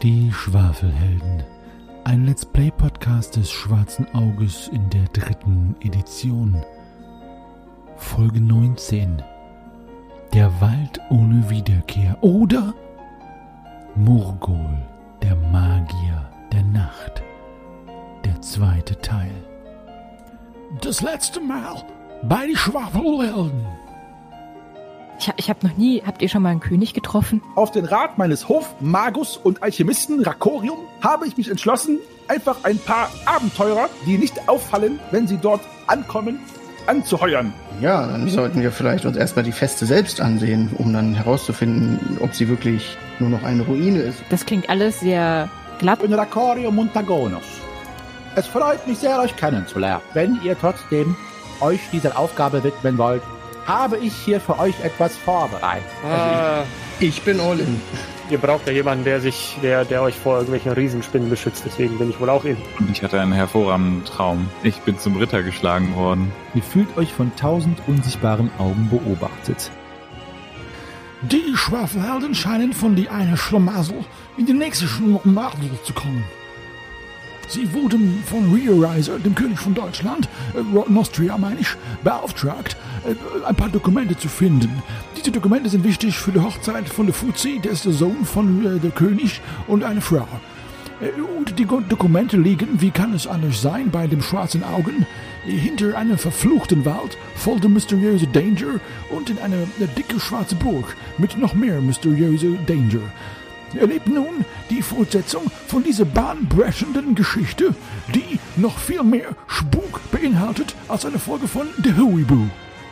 Die Schwafelhelden. Ein Let's Play Podcast des Schwarzen Auges in der 3. Edition. Folge 19. Der Wald ohne Wiederkehr. Oder Murgol, der Magier der Nacht. Der 2. Teil. Das letzte Mal bei die Schwafelhelden. Ich habe noch nie... Habt ihr schon mal einen König getroffen? Auf den Rat meines Hofmagus und Alchemisten Rakorium habe ich mich entschlossen, einfach ein paar Abenteurer, die nicht auffallen, wenn sie dort ankommen, anzuheuern. Ja, dann sollten wir vielleicht uns erstmal die Feste selbst ansehen, um dann herauszufinden, ob sie wirklich nur noch eine Ruine ist. Das klingt alles sehr glatt. Ich bin Rakorium Montagonos. Es freut mich sehr, euch kennenzulernen. Wenn ihr trotzdem euch dieser Aufgabe widmen wollt, habe ich hier für euch etwas vorbereitet. Ich bin all in. Ihr braucht ja jemanden, der euch vor irgendwelchen Riesenspinnen beschützt, deswegen bin ich wohl auch in. Und ich hatte einen hervorragenden Traum. Ich bin zum Ritter geschlagen worden. Ihr fühlt euch von 1000 unsichtbaren Augen beobachtet. Die Schwafelhelden scheinen von die eine Schlamassel in die nächste Schlamassel zu kommen. Sie wurden von Reariser, dem König von Deutschland, Nostria meine ich, beauftragt, ein paar Dokumente zu finden. Diese Dokumente sind wichtig für die Hochzeit von der Fuzzi, der ist der Sohn von der König und eine Frau. Und die Dokumente liegen, wie kann es anders sein, bei dem schwarzen Augen, hinter einem verfluchten Wald, voll der mysteriösen Danger und in einer dicke schwarze Burg mit noch mehr mysteriöser Danger. Erlebt nun die Fortsetzung von dieser bahnbrechenden Geschichte, die noch viel mehr Spuk beinhaltet als eine Folge von The Huibu.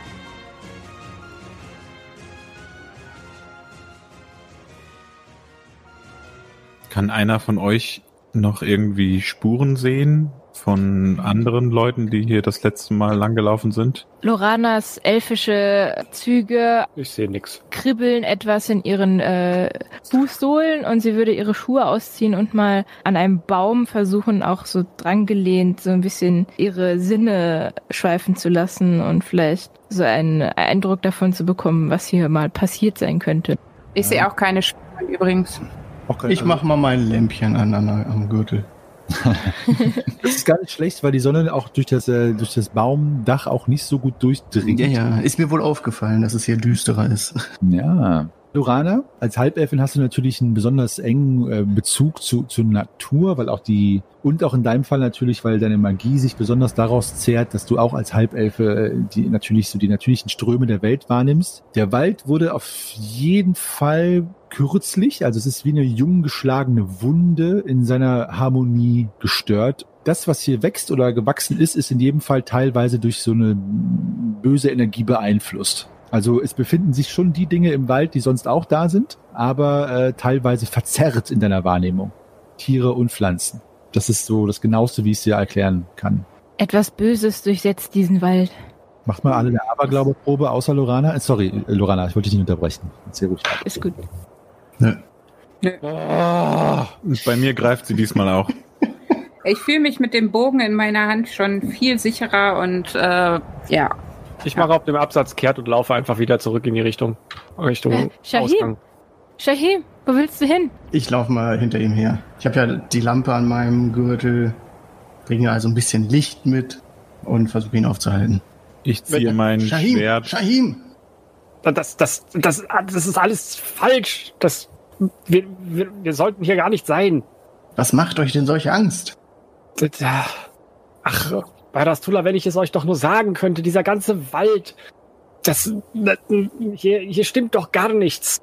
Kann einer von euch noch irgendwie Spuren sehen von anderen Leuten, die hier das letzte Mal langgelaufen sind? Loranas elfische Züge Ich sehe nix. kribbeln etwas in ihren Fußsohlen und sie würde ihre Schuhe ausziehen und mal an einem Baum versuchen, auch so drangelehnt, so ein bisschen ihre Sinne schweifen zu lassen und vielleicht so einen Eindruck davon zu bekommen, was hier mal passiert sein könnte. Ich sehe auch keine Spuren übrigens. Okay, Ich mache mal mein Lämpchen am Gürtel. Das ist gar nicht schlecht, weil die Sonne auch durch das Baumdach auch nicht so gut durchdringt. Ja, ist mir wohl aufgefallen, dass es hier düsterer ist. Ja. Lorana, als Halbelfin hast du natürlich einen besonders engen Bezug zur Natur, weil auch auch in deinem Fall natürlich, weil deine Magie sich besonders daraus zehrt, dass du auch als Halbelfe die natürlichen Ströme der Welt wahrnimmst. Der Wald wurde auf jeden Fall kürzlich, also es ist wie eine jung geschlagene Wunde in seiner Harmonie gestört. Das, was hier wächst oder gewachsen ist in jedem Fall teilweise durch so eine böse Energie beeinflusst. Also es befinden sich schon die Dinge im Wald, die sonst auch da sind, aber teilweise verzerrt in deiner Wahrnehmung. Tiere und Pflanzen. Das ist so das Genaueste, wie ich es dir erklären kann. Etwas Böses durchsetzt diesen Wald. Macht mal alle eine Aberglaube-Probe, außer Lorana. Sorry, Lorana, ich wollte dich nicht unterbrechen. Sehr ruhig. Ist gut. Ne. Bei mir greift sie diesmal auch. Ich fühle mich mit dem Bogen in meiner Hand schon viel sicherer und ja. Ich mache auf dem Absatz kehrt und laufe einfach wieder zurück in die Richtung Ausgang. Shahim, wo willst du hin? Ich laufe mal hinter ihm her. Ich habe ja die Lampe an meinem Gürtel, bringe also ein bisschen Licht mit und versuche ihn aufzuhalten. Ich ziehe mein Schwert. Shahim! Das ist alles falsch. Wir sollten hier gar nicht sein. Was macht euch denn solche Angst? Ach, Barastula, wenn ich es euch doch nur sagen könnte, dieser ganze Wald, hier stimmt doch gar nichts.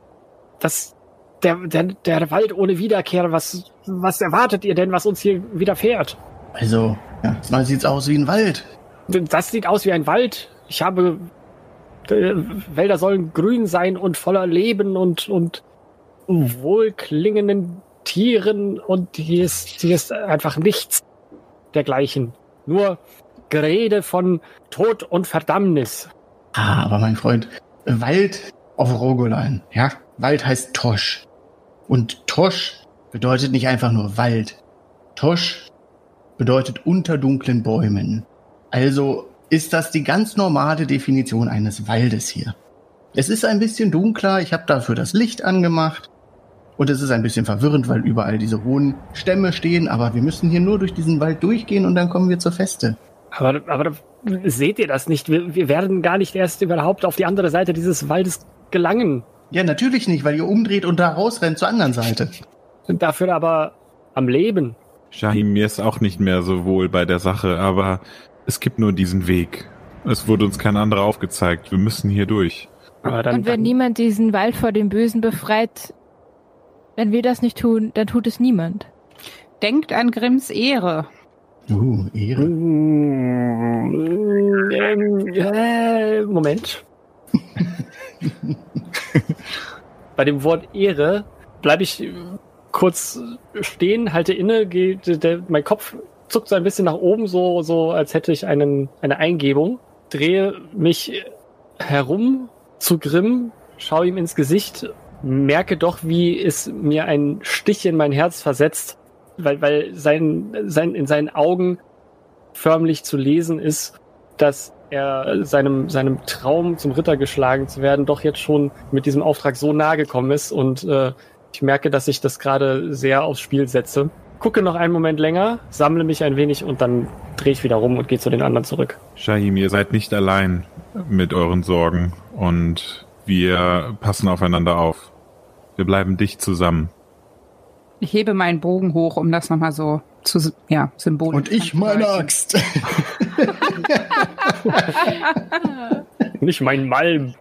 Der Wald ohne Wiederkehr, was erwartet ihr denn, was uns hier widerfährt? Also, ja, mal sieht's aus wie ein Wald. Das sieht aus wie ein Wald. Wälder sollen grün sein und voller Leben und wohlklingenden Tieren und hier ist einfach nichts dergleichen. Nur Gerede von Tod und Verdammnis. Aber mein Freund, Wald auf Rogolan, ja? Wald heißt Tosch. Und Tosch bedeutet nicht einfach nur Wald. Tosch bedeutet unter dunklen Bäumen. Also ist das die ganz normale Definition eines Waldes hier. Es ist ein bisschen dunkler, ich habe dafür das Licht angemacht Und es ist ein bisschen verwirrend, weil überall diese hohen Stämme stehen, aber wir müssen hier nur durch diesen Wald durchgehen und dann kommen wir zur Feste. Aber seht ihr das nicht? Wir werden gar nicht erst überhaupt auf die andere Seite dieses Waldes gelangen. Ja, natürlich nicht, weil ihr umdreht und da rausrennt zur anderen Seite. Sind dafür aber am Leben. Shahim, mir ist auch nicht mehr so wohl bei der Sache, aber es gibt nur diesen Weg. Es wurde uns kein anderer aufgezeigt. Wir müssen hier durch. Aber Und wenn niemand diesen Wald vor dem Bösen befreit, wenn wir das nicht tun, dann tut es niemand. Denkt an Grimms Ehre. Ehre. Moment. Bei dem Wort Ehre bleibe ich kurz stehen, halte inne, mein Kopf zuckt so ein bisschen nach oben, so als hätte ich eine Eingebung, drehe mich herum zu Grimm, schaue ihm ins Gesicht, merke doch, wie es mir ein Stich in mein Herz versetzt, weil in seinen Augen förmlich zu lesen ist, dass er seinem Traum zum Ritter geschlagen zu werden doch jetzt schon mit diesem Auftrag so nahe gekommen ist und ich merke, dass ich das gerade sehr aufs Spiel setze. Gucke noch einen Moment länger, sammle mich ein wenig und dann drehe ich wieder rum und gehe zu den anderen zurück. Shahim, ihr seid nicht allein mit euren Sorgen und wir passen aufeinander auf. Wir bleiben dicht zusammen. Ich hebe meinen Bogen hoch, um das nochmal so zu symbolisch. Und ich meine Axt. Nicht mein Malm.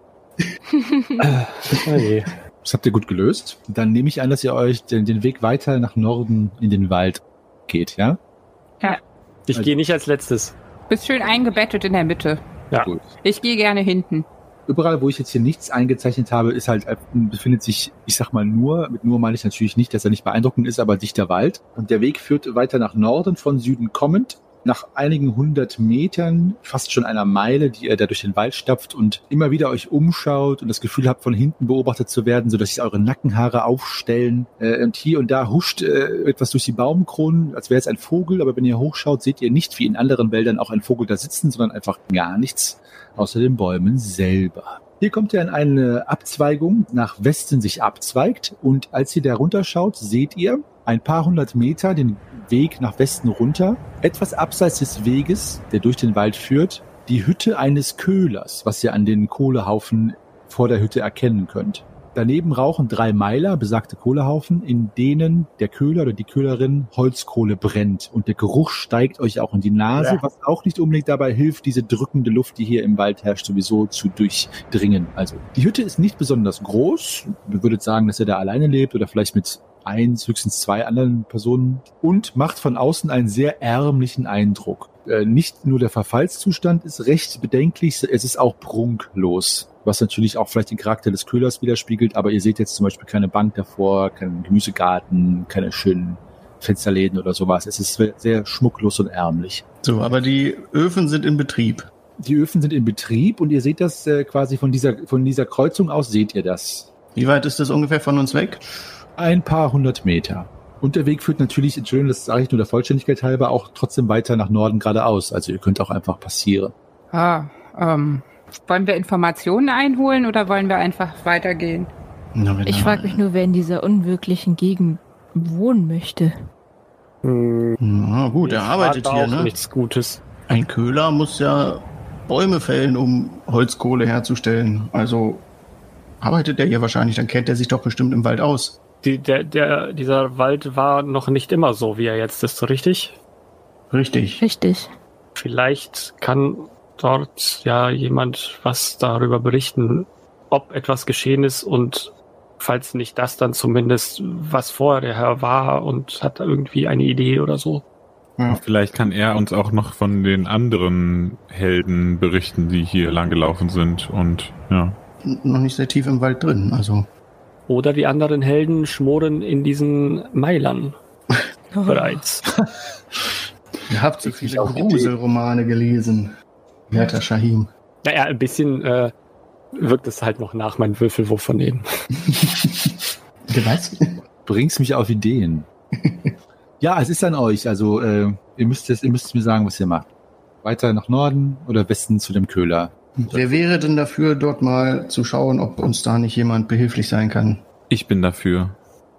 Okay. Das habt ihr gut gelöst. Dann nehme ich an, dass ihr euch den Weg weiter nach Norden in den Wald geht, ja? Ja. Ich gehe nicht als letztes. Bist schön eingebettet in der Mitte. Ja. Gut. Ich gehe gerne hinten. Überall, wo ich jetzt hier nichts eingezeichnet habe, befindet sich, ich sag mal mit nur meine ich natürlich nicht, dass er nicht beeindruckend ist, aber dichter Wald. Und der Weg führt weiter nach Norden, von Süden kommend. Nach einigen 100 Metern, fast schon einer Meile, die ihr da durch den Wald stapft und immer wieder euch umschaut und das Gefühl habt, von hinten beobachtet zu werden, sodass sich eure Nackenhaare aufstellen. Und hier und da huscht etwas durch die Baumkronen, als wäre es ein Vogel. Aber wenn ihr hochschaut, seht ihr nicht, wie in anderen Wäldern auch ein Vogel da sitzen, sondern einfach gar nichts außer den Bäumen selber. Hier kommt ihr an eine Abzweigung, nach Westen sich abzweigt. Und als ihr da runterschaut, seht ihr ein paar 100 Meter den Weg nach Westen runter, etwas abseits des Weges, der durch den Wald führt, die Hütte eines Köhlers, was ihr an den Kohlehaufen vor der Hütte erkennen könnt. Daneben rauchen 3 Meiler, besagte Kohlehaufen, in denen der Köhler oder die Köhlerin Holzkohle brennt. Und der Geruch steigt euch auch in die Nase, was auch nicht unbedingt dabei hilft, diese drückende Luft, die hier im Wald herrscht, sowieso zu durchdringen. Also die Hütte ist nicht besonders groß. Ihr würdet sagen, dass ihr da alleine lebt oder vielleicht mit 1, höchstens 2 anderen Personen und macht von außen einen sehr ärmlichen Eindruck. Nicht nur der Verfallszustand ist recht bedenklich, es ist auch prunklos, was natürlich auch vielleicht den Charakter des Köhlers widerspiegelt, aber ihr seht jetzt zum Beispiel keine Bank davor, keinen Gemüsegarten, keine schönen Fensterläden oder sowas. Es ist sehr schmucklos und ärmlich. So, aber die Öfen sind in Betrieb. Die Öfen sind in Betrieb und ihr seht das quasi von dieser Kreuzung aus, seht ihr das. Wie weit ist das ungefähr von uns weg? Ein paar 100 Meter. Und der Weg führt natürlich, Entschuldigung, das sage ich nur der Vollständigkeit halber, auch trotzdem weiter nach Norden geradeaus. Also ihr könnt auch einfach passieren. Wollen wir Informationen einholen oder wollen wir einfach weitergehen? Ich frage mich nur, wer in dieser unwirklichen Gegend wohnen möchte. Na gut, er arbeitet hier, ne? Nichts Gutes. Ein Köhler muss ja Bäume fällen, um Holzkohle herzustellen. Also arbeitet er hier wahrscheinlich, dann kennt er sich doch bestimmt im Wald aus. Dieser Wald war noch nicht immer so, wie er jetzt ist, richtig? Richtig. Richtig. Vielleicht kann dort ja jemand was darüber berichten, ob etwas geschehen ist und falls nicht das, dann zumindest was vorher war und hat irgendwie eine Idee oder so. Ja. Vielleicht kann er uns auch noch von den anderen Helden berichten, die hier langgelaufen sind und ja. Noch nicht sehr tief im Wald drin, also. Oder die anderen Helden schmoren in diesen Meilern bereits. Ihr habt so viele Gruselromane gelesen, werter Shahim. Naja, ein bisschen wirkt es halt noch nach, mein Würfelwurf von denen. Was? Bringst mich auf Ideen. Ja, es ist an euch. Also ihr müsst mir sagen, was ihr macht. Weiter nach Norden oder Westen zu dem Köhler. Wer wäre denn dafür, dort mal zu schauen, ob uns da nicht jemand behilflich sein kann? Ich bin dafür.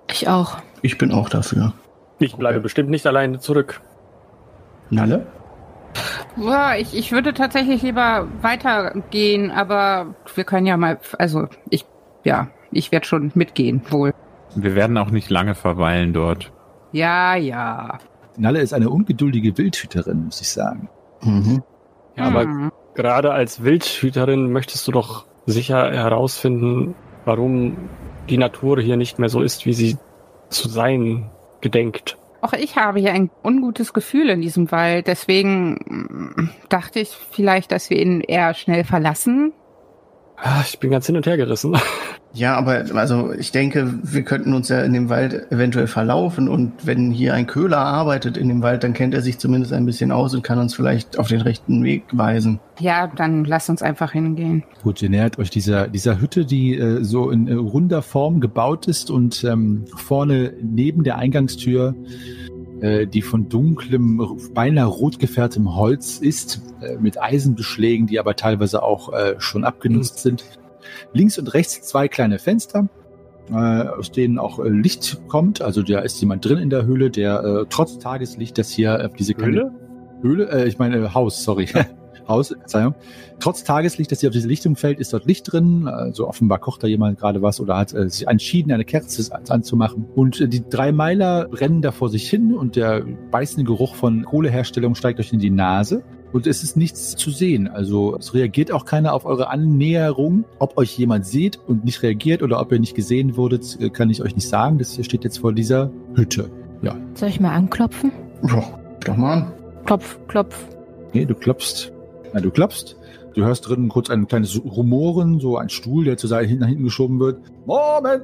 Ich auch. Ich bin auch dafür. Ich bleibe bestimmt nicht alleine zurück. Nalle? Ja, ich würde tatsächlich lieber weitergehen, aber wir können ja mal, also ich werde schon mitgehen, wohl. Wir werden auch nicht lange verweilen dort. Ja. Nalle ist eine ungeduldige Wildhüterin, muss ich sagen. Mhm. Ja, aber gerade als Wildhüterin möchtest du doch sicher herausfinden, warum die Natur hier nicht mehr so ist, wie sie zu sein gedenkt. Auch ich habe hier ein ungutes Gefühl in diesem Wald, deswegen dachte ich vielleicht, dass wir ihn eher schnell verlassen. Ich bin ganz hin und her gerissen. Ja, aber also ich denke, wir könnten uns ja in dem Wald eventuell verlaufen und wenn hier ein Köhler arbeitet in dem Wald, dann kennt er sich zumindest ein bisschen aus und kann uns vielleicht auf den rechten Weg weisen. Ja, dann lasst uns einfach hingehen. Gut, ihr nähert euch dieser Hütte, die so in runder Form gebaut ist und vorne neben der Eingangstür, die von dunklem, beinahe rot gefärbtem Holz ist, mit Eisenbeschlägen, die aber teilweise auch schon abgenutzt sind. Links und rechts 2 kleine Fenster, aus denen auch Licht kommt. Also da ist jemand drin in der Höhle, der trotz Tageslicht, das hier auf diese Haus, sorry. Haus, Verzeihung. Trotz Tageslicht, das hier auf diese Lichtung fällt, ist dort Licht drin. Also offenbar kocht da jemand gerade was oder hat sich entschieden, eine Kerze anzumachen. Und die 3 Meiler brennen da vor sich hin und der beißende Geruch von Kohleherstellung steigt euch in die Nase. Und es ist nichts zu sehen. Also es reagiert auch keiner auf eure Annäherung. Ob euch jemand sieht und nicht reagiert oder ob ihr nicht gesehen wurdet, kann ich euch nicht sagen. Das hier steht jetzt vor dieser Hütte. Ja. Soll ich mal anklopfen? Ja, doch mal an. Klopf. Okay, du klopfst. Ja, du klopfst. Du hörst drinnen kurz ein kleines Rumoren, so ein Stuhl, der zur Seite nach hinten geschoben wird. Moment!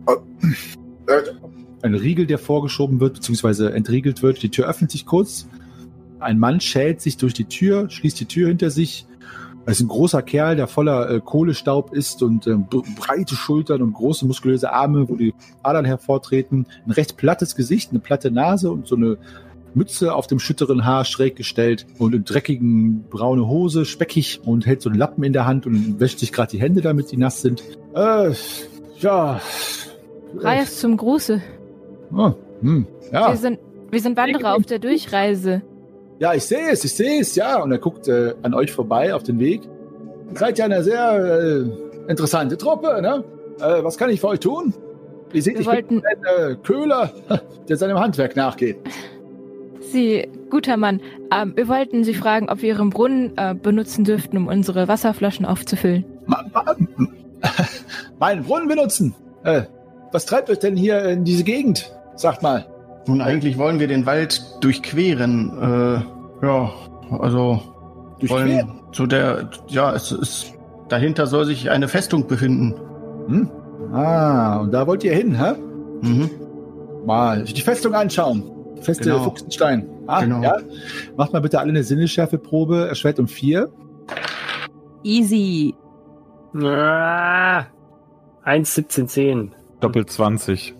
Ein Riegel, der vorgeschoben wird, beziehungsweise entriegelt wird. Die Tür öffnet sich kurz. Ein Mann schält sich durch die Tür, schließt die Tür hinter sich. Es ist ein großer Kerl, der voller Kohlestaub ist und breite Schultern und große muskulöse Arme, wo die Adern hervortreten. Ein recht plattes Gesicht, eine platte Nase und so eine Mütze auf dem schütteren Haar schräg gestellt und in dreckigen braune Hose, speckig und hält so einen Lappen in der Hand und wäscht sich gerade die Hände, damit die nass sind. Ja. Reis zum Gruße. Ja. Wir sind Wanderer auf der Durchreise. Ja, ich sehe es, ja. Und er guckt an euch vorbei auf den Weg. Seid ja eine sehr interessante Truppe, ne? Was kann ich für euch tun? Ihr seht, ich bin ein Köhler, der seinem Handwerk nachgeht. Sie, guter Mann, wir wollten Sie fragen, ob wir Ihren Brunnen benutzen dürften, um unsere Wasserflaschen aufzufüllen. Meinen Brunnen benutzen? Was treibt euch denn hier in diese Gegend? Sagt mal. Nun, eigentlich wollen wir den Wald durchqueren. Also Durchqueren? Dahinter soll sich eine Festung befinden. Hm? Und da wollt ihr hin, hä? Mhm. Mal die Festung anschauen. Feste Fuchsenstein. Genau. Ja. Macht mal bitte alle eine Sinnesschärfeprobe. Erschwert um 4. Easy. 1, 17, 10. Doppelt 20.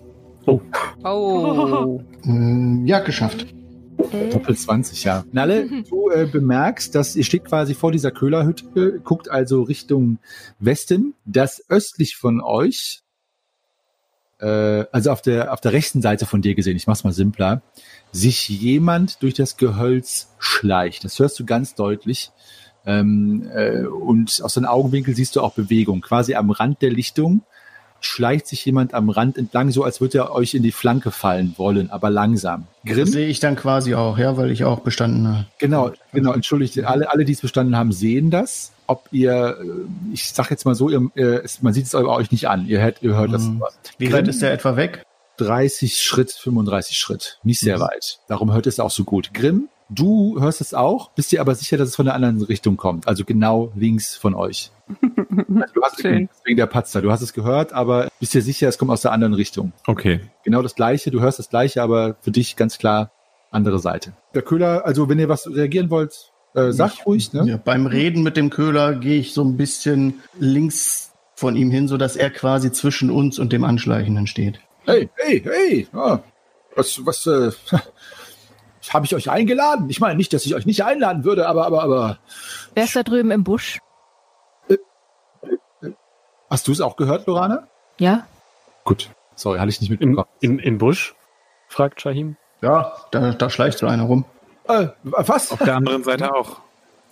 Oh. Ja, geschafft. Doppelt 20, ja. Nalle, du bemerkst, dass ihr steht quasi vor dieser Köhlerhütte, guckt also Richtung Westen, dass östlich von euch, also auf der rechten Seite von dir gesehen, ich mach's mal simpler, sich jemand durch das Gehölz schleicht. Das hörst du ganz deutlich. Und aus deinen Augenwinkel siehst du auch Bewegung. Quasi am Rand der Lichtung schleicht sich jemand am Rand entlang, so als würde er euch in die Flanke fallen wollen, aber langsam. Grimm? Das sehe ich dann quasi auch, ja, weil ich auch bestanden habe. Genau, entschuldigt. Alle, die es bestanden haben, sehen das. Ob ihr, ich sag jetzt mal so, man sieht es euch nicht an. Ihr hört das. Wie weit ist der etwa weg? 30 Schritt, 35 Schritt. Nicht sehr weit. Darum hört es auch so gut. Grimm, du hörst es auch, bist dir aber sicher, dass es von der anderen Richtung kommt. Also genau links von euch. Du hast wegen der Patzer. Du hast es gehört, aber bist dir sicher, es kommt aus der anderen Richtung. Okay. Genau das Gleiche. Du hörst das Gleiche, aber für dich ganz klar andere Seite. Der Köhler, also wenn ihr was reagieren wollt, sagt ruhig. Ne? Ja, beim Reden mit dem Köhler gehe ich so ein bisschen links von ihm hin, sodass er quasi zwischen uns und dem Anschleichenden steht. Hey. Ja, was habe ich euch eingeladen? Ich meine nicht, dass ich euch nicht einladen würde, aber. Wer ist da drüben im Busch? Hast du es auch gehört, Lorana? Ja. Gut. Sorry, hatte ich nicht mitbekommen. Im Busch? Fragt Shahim. Ja, da schleicht so einer rum. Was? Auf der anderen Seite auch.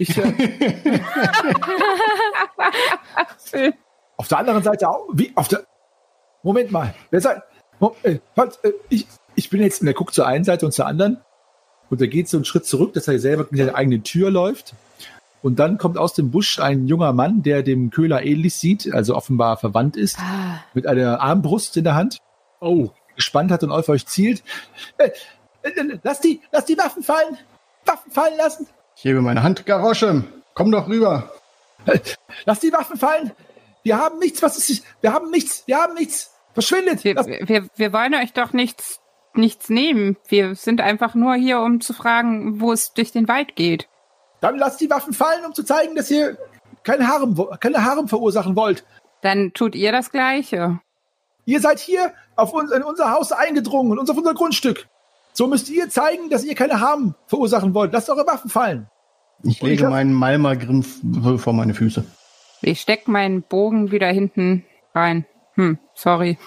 Auf der anderen Seite auch? Wie? Moment mal. Wer seid? Ich bin jetzt, und er guckt zur einen Seite und zur anderen. Und er geht so einen Schritt zurück, dass er selber mit der eigenen Tür läuft. Und dann kommt aus dem Busch ein junger Mann, der dem Köhler ähnlich sieht, also offenbar verwandt ist, mit einer Armbrust in der Hand. Oh. Gespannt hat und auf euch zielt. Lass die Waffen fallen! Waffen fallen lassen! Ich hebe meine Hand. Garosche, komm doch rüber. Lass die Waffen fallen! Wir haben nichts, wir haben nichts! Verschwindet! Wir wollen euch doch nichts nehmen. Wir sind einfach nur hier, um zu fragen, wo es durch den Wald geht. Dann lasst die Waffen fallen, um zu zeigen, dass ihr keine Harem verursachen wollt. Dann tut ihr das Gleiche. Ihr seid hier in unser Haus eingedrungen und auf unser Grundstück. So müsst ihr zeigen, dass ihr keine Harm verursachen wollt. Lasst eure Waffen fallen. Ich lege meinen Malmagrim vor meine Füße. Ich steck meinen Bogen wieder hinten rein. Sorry.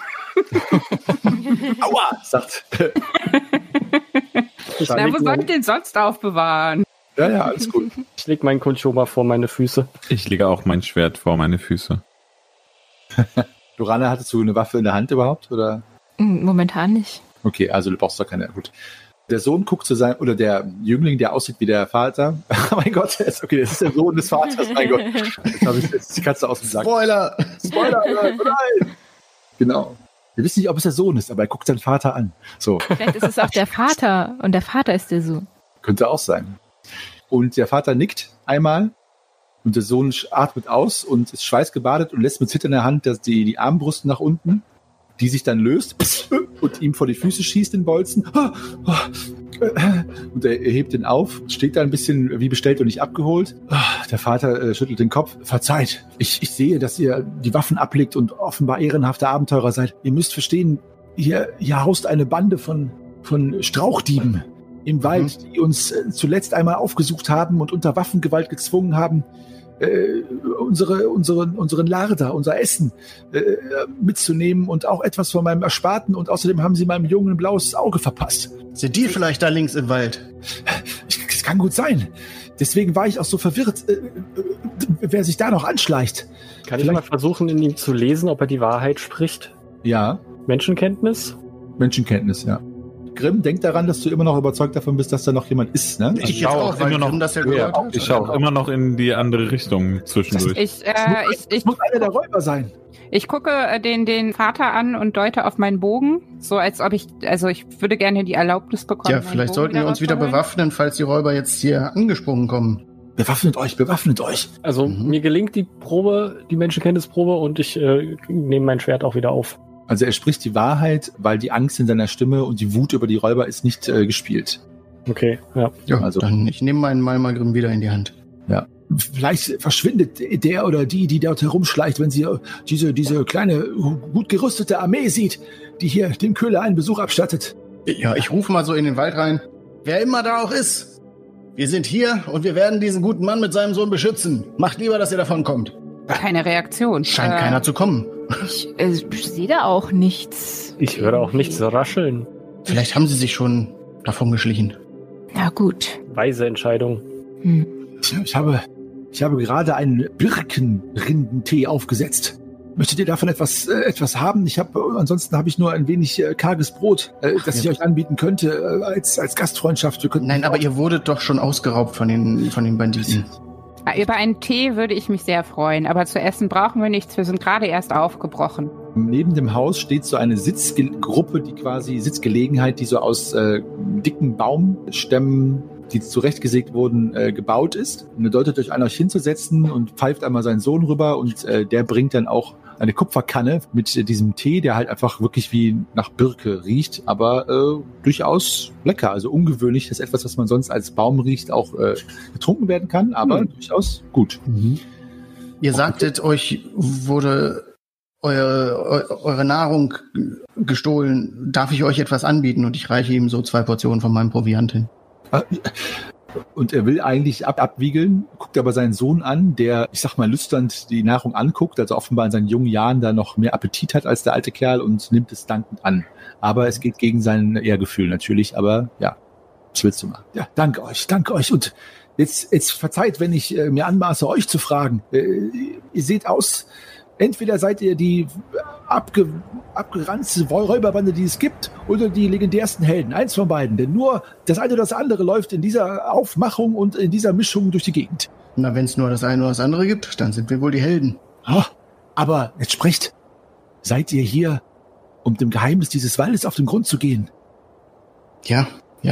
Aua, sagt. Na, wo soll ich den sonst aufbewahren? Ja, alles gut. Ich lege meinen Kunchoma vor meine Füße. Ich lege auch mein Schwert vor meine Füße. Lorana, hattest du eine Waffe in der Hand überhaupt? Oder? Momentan nicht. Okay, also du brauchst doch keine. Gut. Der Sohn guckt zu seinem, oder der Jüngling, der aussieht wie der Vater. Oh mein Gott, das ist der Sohn des Vaters. Mein Gott. Jetzt habe ich jetzt die Katze aus dem Sack. Spoiler! Nein! Genau. Wir wissen nicht, ob es der Sohn ist, aber er guckt seinen Vater an. So. Vielleicht ist es auch der Vater und der Vater ist der Sohn. Könnte auch sein. Und der Vater nickt einmal und der Sohn atmet aus und ist schweißgebadet und lässt mit zitternder Hand die Armbrust nach unten, die sich dann löst und ihm vor die Füße schießt, den Bolzen. Und er hebt ihn auf, steht da ein bisschen wie bestellt und nicht abgeholt. Der Vater schüttelt den Kopf. Verzeiht, ich sehe, dass ihr die Waffen ablegt und offenbar ehrenhafte Abenteurer seid. Ihr müsst verstehen, hier haust eine Bande von Strauchdieben im Wald, die uns zuletzt einmal aufgesucht haben und unter Waffengewalt gezwungen haben, unseren Larder, unser Essen mitzunehmen und auch etwas von meinem Ersparten, und außerdem haben sie meinem Jungen ein blaues Auge verpasst. Sind die vielleicht da links im Wald? Es kann gut sein. Deswegen war ich auch so verwirrt, wer sich da noch anschleicht. Kann ich mal versuchen, in ihm zu lesen, ob er die Wahrheit spricht? Ja. Menschenkenntnis, ja. Grimm, denk daran, dass du immer noch überzeugt davon bist, dass da noch jemand ist, ne? Ich jetzt auch, weil Grimm das ja gehört hat. Ich schaue immer noch in die andere Richtung zwischendurch. Ich muss einer der Räuber sein. Ich gucke den Vater an und deute auf meinen Bogen, so als ob ich würde gerne die Erlaubnis bekommen. Ja, vielleicht sollten wir uns wieder bewaffnen, falls die Räuber jetzt hier angesprungen kommen. Bewaffnet euch. Also mir gelingt die Menschenkenntnisprobe, und ich nehme mein Schwert auch wieder auf. Also er spricht die Wahrheit, weil die Angst in seiner Stimme und die Wut über die Räuber ist nicht gespielt. Okay, ja. Ja, also dann ich nehme meinen Malmagrim wieder in die Hand. Ja. Vielleicht verschwindet der oder die dort herumschleicht, wenn sie diese kleine, gut gerüstete Armee sieht, die hier dem Köhler einen Besuch abstattet. Ja, ich rufe mal so in den Wald rein. Wer immer da auch ist, wir sind hier und wir werden diesen guten Mann mit seinem Sohn beschützen. Macht lieber, dass ihr davon kommt. Keine Reaktion. Scheint keiner zu kommen. Ich sehe da auch nichts. Ich höre auch nichts rascheln. Vielleicht haben sie sich schon davon geschlichen. Na gut. Weise Entscheidung. Ich habe gerade einen Birkenrindentee aufgesetzt. Möchtet ihr davon etwas haben? Ansonsten habe ich nur ein wenig karges Brot, das ich euch anbieten könnte als Gastfreundschaft. Nein, aber ihr wurdet doch schon ausgeraubt von den Banditen. Über einen Tee würde ich mich sehr freuen, aber zu essen brauchen wir nichts. Wir sind gerade erst aufgebrochen. Neben dem Haus steht so eine Sitzgruppe, Sitzgelegenheit, die so aus dicken Baumstämmen, die zurechtgesägt wurden, gebaut ist. Und er deutet euch an, euch hinzusetzen und pfeift einmal seinen Sohn rüber, und der bringt dann auch eine Kupferkanne mit diesem Tee, der halt einfach wirklich wie nach Birke riecht, aber durchaus lecker. Also ungewöhnlich, das ist etwas, was man sonst als Baum riecht, auch getrunken werden kann, aber durchaus gut. Ihr sagtet, euch wurde eure Nahrung gestohlen. Darf ich euch etwas anbieten? Und ich reiche ihm so 2 Portionen von meinem Proviant hin. Und er will eigentlich abwiegeln, guckt aber seinen Sohn an, der, ich sag mal, lüsternd die Nahrung anguckt, also offenbar in seinen jungen Jahren da noch mehr Appetit hat als der alte Kerl und nimmt es dankend an. Aber es geht gegen sein Ehrgefühl natürlich, aber ja, was willst du machen? Ja, danke euch. Und jetzt verzeiht, wenn ich mir anmaße, euch zu fragen. Ihr seht aus, entweder seid ihr die abgeranzte Räuberbande, die es gibt, oder die legendärsten Helden. Eins von beiden. Denn nur das eine oder das andere läuft in dieser Aufmachung und in dieser Mischung durch die Gegend. Na, wenn es nur das eine oder das andere gibt, dann sind wir wohl die Helden. Oh, aber jetzt sprecht. Seid ihr hier, um dem Geheimnis dieses Waldes auf den Grund zu gehen? Ja.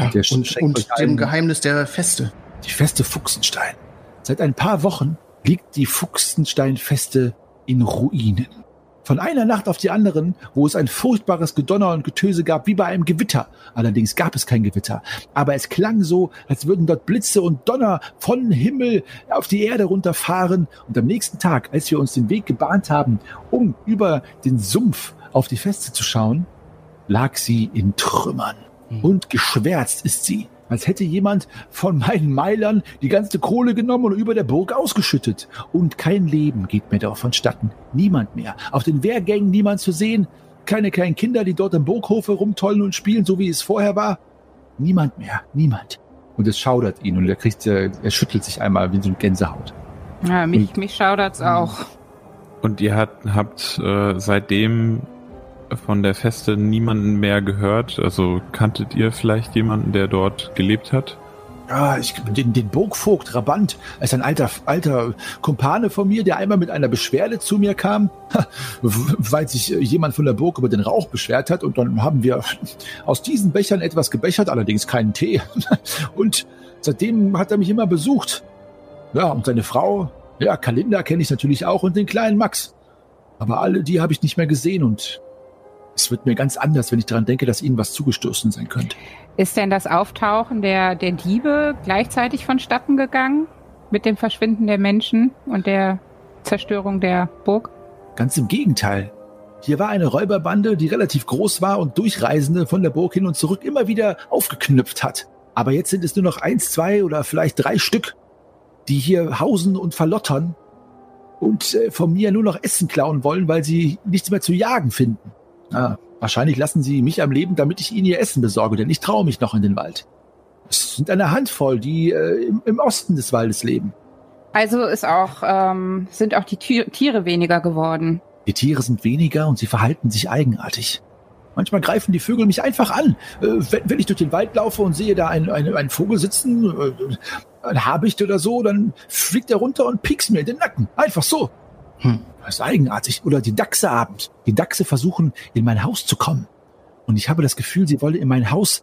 Und dem Geheimnis der Feste. Die Feste Fuchsenstein. Seit ein paar Wochen liegt die Fuchsenstein-Feste in Ruinen. Von einer Nacht auf die anderen, wo es ein furchtbares Gedonner und Getöse gab, wie bei einem Gewitter. Allerdings gab es kein Gewitter. Aber es klang so, als würden dort Blitze und Donner von Himmel auf die Erde runterfahren. Und am nächsten Tag, als wir uns den Weg gebahnt haben, um über den Sumpf auf die Feste zu schauen, lag sie in Trümmern. Und geschwärzt ist sie, als hätte jemand von meinen Meilern die ganze Kohle genommen und über der Burg ausgeschüttet. Und kein Leben geht mir dort vonstatten. Niemand mehr. Auf den Wehrgängen niemand zu sehen. Keine kleinen Kinder, die dort am Burghof herumtollen und spielen, so wie es vorher war. Niemand mehr. Niemand. Und es schaudert ihn und er schüttelt sich einmal wie so ein Gänsehaut. Ja, mich schaudert's auch. Und ihr habt seitdem von der Feste niemanden mehr gehört? Also kanntet ihr vielleicht jemanden, der dort gelebt hat? Ja, den Burgvogt Rabant, als ein alter Kumpane von mir, der einmal mit einer Beschwerde zu mir kam, weil sich jemand von der Burg über den Rauch beschwert hat. Und dann haben wir aus diesen Bechern etwas gebechert, allerdings keinen Tee. Und seitdem hat er mich immer besucht. Ja, und seine Frau, ja, Kalinda kenne ich natürlich auch und den kleinen Max. Aber alle die habe ich nicht mehr gesehen und es wird mir ganz anders, wenn ich daran denke, dass ihnen was zugestoßen sein könnte. Ist denn das Auftauchen der Diebe gleichzeitig vonstatten gegangen mit dem Verschwinden der Menschen und der Zerstörung der Burg? Ganz im Gegenteil. Hier war eine Räuberbande, die relativ groß war und Durchreisende von der Burg hin und zurück immer wieder aufgeknüpft hat. Aber jetzt sind es nur noch 1, 2 oder vielleicht 3 Stück, die hier hausen und verlottern und von mir nur noch Essen klauen wollen, weil sie nichts mehr zu jagen finden. Wahrscheinlich lassen sie mich am Leben, damit ich ihnen ihr Essen besorge, denn ich traue mich noch in den Wald. Es sind eine Handvoll, die im Osten des Waldes leben. Also sind auch die Tiere weniger geworden. Die Tiere sind weniger und sie verhalten sich eigenartig. Manchmal greifen die Vögel mich einfach an. Wenn ich durch den Wald laufe und sehe da einen Vogel sitzen, ein Habicht oder so, dann fliegt er runter und piekst mir in den Nacken. Einfach so. Das ist eigenartig. Oder die Dachse abends. Die Dachse versuchen, in mein Haus zu kommen. Und ich habe das Gefühl, sie wollen in mein Haus,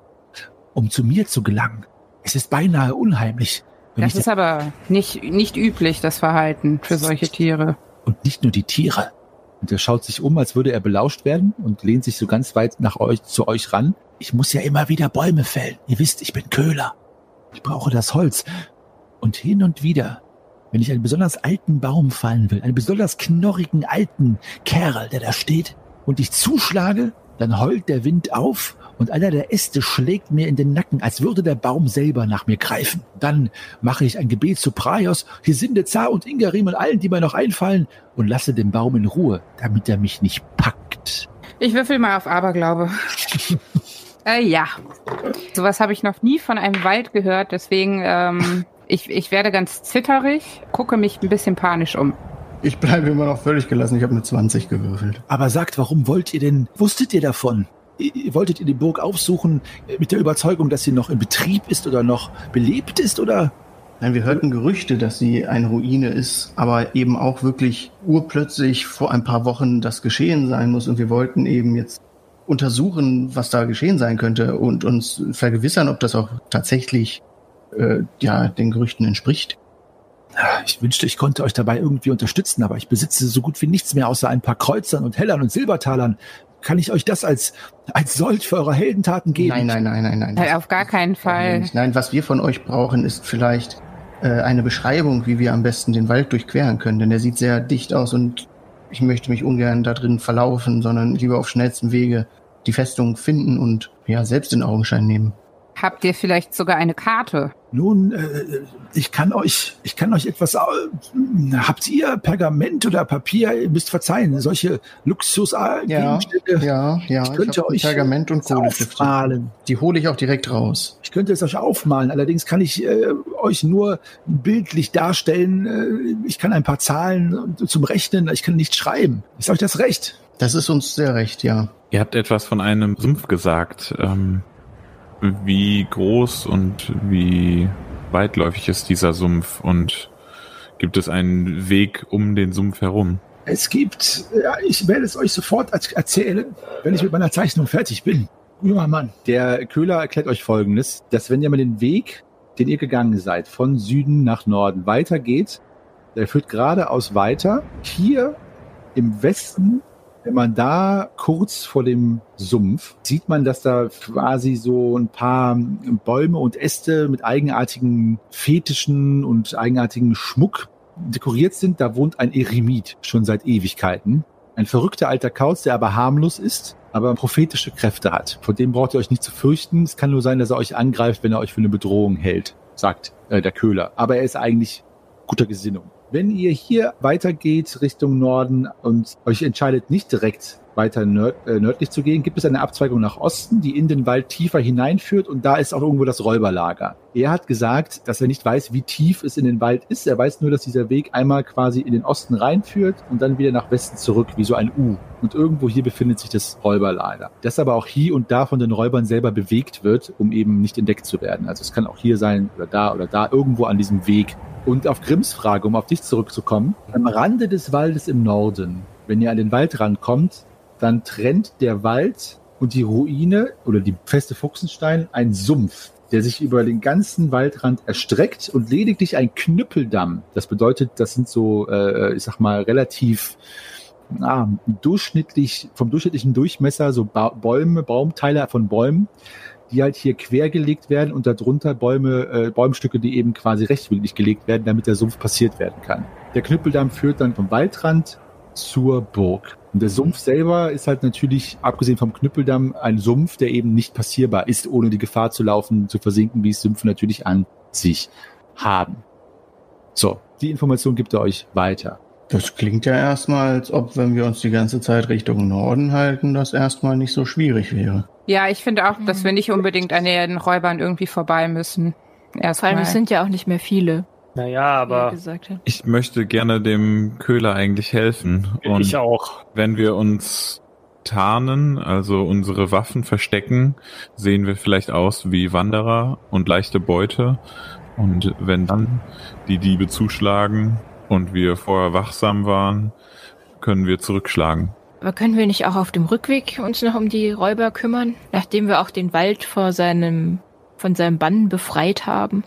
um zu mir zu gelangen. Es ist beinahe unheimlich. Das ist aber nicht üblich, das Verhalten für solche Tiere. Und nicht nur die Tiere. Und er schaut sich um, als würde er belauscht werden und lehnt sich so ganz weit zu euch ran. Ich muss ja immer wieder Bäume fällen. Ihr wisst, ich bin Köhler. Ich brauche das Holz. Und hin und wieder, wenn ich einen besonders alten Baum fallen will, einen besonders knorrigen alten Kerl, der da steht, und ich zuschlage, dann heult der Wind auf und einer der Äste schlägt mir in den Nacken, als würde der Baum selber nach mir greifen. Dann mache ich ein Gebet zu Praios, Hesinde, Zar und Ingarim und allen, die mir noch einfallen, und lasse den Baum in Ruhe, damit er mich nicht packt. Ich würfel mal auf Aberglaube. Ja. Sowas habe ich noch nie von einem Wald gehört, deswegen ich werde ganz zitterig, gucke mich ein bisschen panisch um. Ich bleibe immer noch völlig gelassen. Ich habe eine 20 gewürfelt. Aber sagt, warum wusstet ihr davon? Wolltet ihr die Burg aufsuchen mit der Überzeugung, dass sie noch in Betrieb ist oder noch belebt ist, oder? Nein, wir hörten Gerüchte, dass sie eine Ruine ist, aber eben auch wirklich urplötzlich vor ein paar Wochen das geschehen sein muss. Und wir wollten eben jetzt untersuchen, was da geschehen sein könnte und uns vergewissern, ob das auch tatsächlich den Gerüchten entspricht. Ich wünschte, ich konnte euch dabei irgendwie unterstützen, aber ich besitze so gut wie nichts mehr außer ein paar Kreuzern und Hellern und Silbertalern. Kann ich euch das als Sold für eure Heldentaten geben? Nein. Auf gar keinen Fall. Nein, was wir von euch brauchen, ist vielleicht eine Beschreibung, wie wir am besten den Wald durchqueren können, denn der sieht sehr dicht aus und ich möchte mich ungern da drin verlaufen, sondern lieber auf schnellstem Wege die Festung finden und selbst in Augenschein nehmen. Habt ihr vielleicht sogar eine Karte? Nun, ich kann euch etwas. Habt ihr Pergament oder Papier? Ihr müsst verzeihen, solche Luxusgegenstände. Ja. Ich könnte hab euch Pergament und Kohlestifte. aufmalen. Die hole ich auch direkt raus. Ich könnte es euch aufmalen. Allerdings kann ich euch nur bildlich darstellen. Ich kann ein paar Zahlen zum Rechnen. Ich kann nicht schreiben. Ist euch das recht? Das ist uns sehr recht, ja. Ihr habt etwas von einem Sumpf gesagt. Wie groß und wie weitläufig ist dieser Sumpf? Und gibt es einen Weg um den Sumpf herum? Es gibt, ich werde es euch sofort erzählen, wenn ich mit meiner Zeichnung fertig bin. Junger Mann. Der Köhler erklärt euch Folgendes, dass wenn ihr mal den Weg, den ihr gegangen seid, von Süden nach Norden weitergeht, der führt geradeaus weiter. Hier im Westen, wenn man da kurz vor dem Sumpf, sieht man, dass da quasi so ein paar Bäume und Äste mit eigenartigen Fetischen und eigenartigen Schmuck dekoriert sind. Da wohnt ein Eremit schon seit Ewigkeiten. Ein verrückter alter Kauz, der aber harmlos ist, aber prophetische Kräfte hat. Vor dem braucht ihr euch nicht zu fürchten. Es kann nur sein, dass er euch angreift, wenn er euch für eine Bedrohung hält, sagt der Köhler. Aber er ist eigentlich guter Gesinnung. Wenn ihr hier weitergeht Richtung Norden und euch entscheidet, nicht direkt weiter nördlich zu gehen, gibt es eine Abzweigung nach Osten, die in den Wald tiefer hineinführt und da ist auch irgendwo das Räuberlager. Er hat gesagt, dass er nicht weiß, wie tief es in den Wald ist. Er weiß nur, dass dieser Weg einmal quasi in den Osten reinführt und dann wieder nach Westen zurück, wie so ein U. Und irgendwo hier befindet sich das Räuberlager. Das aber auch hier und da von den Räubern selber bewegt wird, um eben nicht entdeckt zu werden. Also es kann auch hier sein oder da, irgendwo an diesem Weg. Und auf Grimms Frage, um auf dich zurückzukommen, am Rande des Waldes im Norden, wenn ihr an den Waldrand kommt, dann trennt der Wald und die Ruine oder die feste Fuchsenstein ein Sumpf, der sich über den ganzen Waldrand erstreckt und lediglich ein Knüppeldamm. Das bedeutet, das sind so, ich sag mal, relativ vom durchschnittlichen Durchmesser, so Baumteile von Bäumen, die halt hier quer gelegt werden und darunter Bäumstücke, die eben quasi rechtwinklig gelegt werden, damit der Sumpf passiert werden kann. Der Knüppeldamm führt dann vom Waldrand zur Burg. Und der Sumpf selber ist halt natürlich, abgesehen vom Knüppeldamm, ein Sumpf, der eben nicht passierbar ist, ohne die Gefahr zu laufen, zu versinken, wie es Sümpfe natürlich an sich haben. So, die Information gibt er euch weiter. Das klingt ja erstmal, als ob, wenn wir uns die ganze Zeit Richtung Norden halten, das erstmal nicht so schwierig wäre. Ja, ich finde auch, dass wir nicht unbedingt an den Räubern irgendwie vorbei müssen. Vor allem, es sind ja auch nicht mehr viele. Naja, aber ich möchte gerne dem Köhler eigentlich helfen. Und ich auch. Wenn wir uns tarnen, also unsere Waffen verstecken, sehen wir vielleicht aus wie Wanderer und leichte Beute. Und wenn dann die Diebe zuschlagen und wir vorher wachsam waren, können wir zurückschlagen. Aber können wir nicht auch auf dem Rückweg uns noch um die Räuber kümmern, nachdem wir auch den Wald von seinem Bann befreit haben?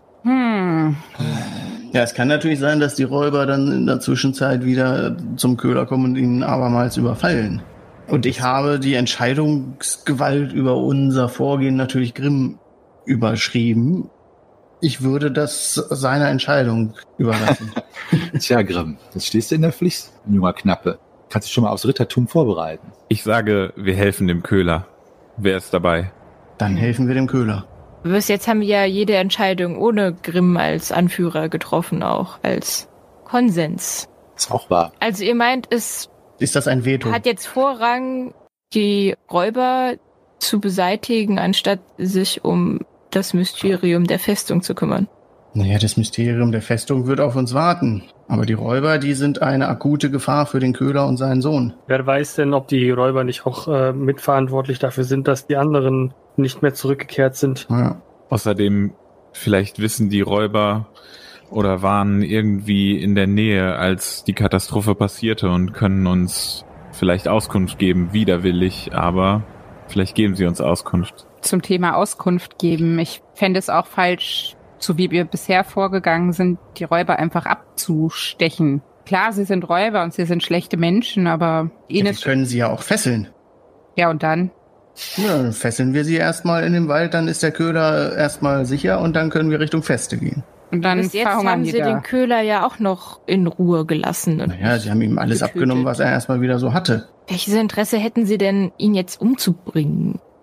Ja, es kann natürlich sein, dass die Räuber dann in der Zwischenzeit wieder zum Köhler kommen und ihn abermals überfallen. Und ich habe die Entscheidungsgewalt über unser Vorgehen natürlich Grimm überschrieben. Ich würde das seiner Entscheidung überlassen. Tja, Grimm, jetzt stehst du in der Pflicht, junger Knappe. Kannst dich schon mal aufs Rittertum vorbereiten. Ich sage, wir helfen dem Köhler. Wer ist dabei? Dann helfen wir dem Köhler. Bis jetzt haben wir ja jede Entscheidung ohne Grimm als Anführer getroffen, auch als Konsens. Ist auch wahr. Also ihr meint, es ist das ein Veto? Hat jetzt Vorrang, die Räuber zu beseitigen, anstatt sich um das Mysterium der Festung zu kümmern? Naja, das Mysterium der Festung wird auf uns warten. Aber die Räuber, die sind eine akute Gefahr für den Köhler und seinen Sohn. Wer weiß denn, ob die Räuber nicht auch mitverantwortlich dafür sind, dass die anderen nicht mehr zurückgekehrt sind. Ja. Außerdem, vielleicht wissen die Räuber oder waren irgendwie in der Nähe, als die Katastrophe passierte und können uns vielleicht Auskunft geben, widerwillig, aber vielleicht geben sie uns Auskunft. Zum Thema Auskunft geben. Ich fände es auch falsch, so wie wir bisher vorgegangen sind, die Räuber einfach abzustechen. Klar, sie sind Räuber und sie sind schlechte Menschen, aber wir können sie ja auch fesseln. Ja, und dann? Ja, dann fesseln wir sie erstmal in dem Wald, dann ist der Köhler erstmal sicher und dann können wir Richtung Feste gehen. Und dann bis jetzt haben sie den Köhler ja auch noch in Ruhe gelassen. Naja, sie haben ihm alles abgenommen, was er erstmal wieder so hatte. Welches Interesse hätten sie denn, ihn jetzt umzubringen?